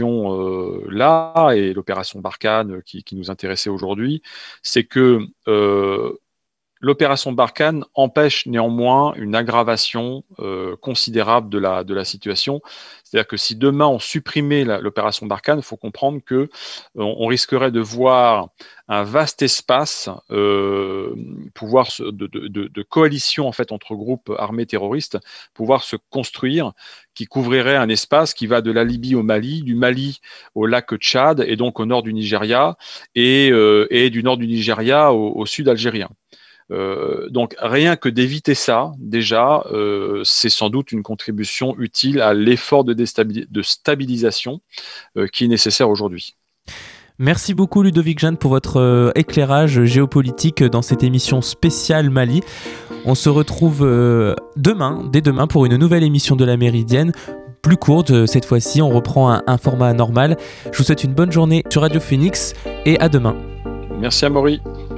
région-là, euh, et l'opération Barkhane qui, qui nous intéressait aujourd'hui, c'est que euh, l'opération Barkhane empêche néanmoins une aggravation euh, considérable de la, de la situation. C'est-à-dire que si demain on supprimait la, l'opération Barkhane, il faut comprendre que euh, on risquerait de voir un vaste espace euh, pouvoir se, de, de, de coalition en fait entre groupes armés terroristes pouvoir se construire, qui couvrirait un espace qui va de la Libye au Mali, du Mali au lac Tchad et donc au nord du Nigeria, et, euh, et du nord du Nigeria au, au sud algérien. Euh, donc rien que d'éviter ça, déjà, euh, c'est sans doute une contribution utile à l'effort de, déstabilis- de stabilisation euh, qui est nécessaire aujourd'hui. Merci beaucoup Ludovic Jeanne pour votre euh, éclairage géopolitique dans cette émission spéciale Mali. On se retrouve euh, demain, dès demain, pour une nouvelle émission de la Méridienne, plus courte cette fois-ci, on reprend un, un format normal. Je vous souhaite une bonne journée sur Radio Phoenix et à demain. Merci Amaury.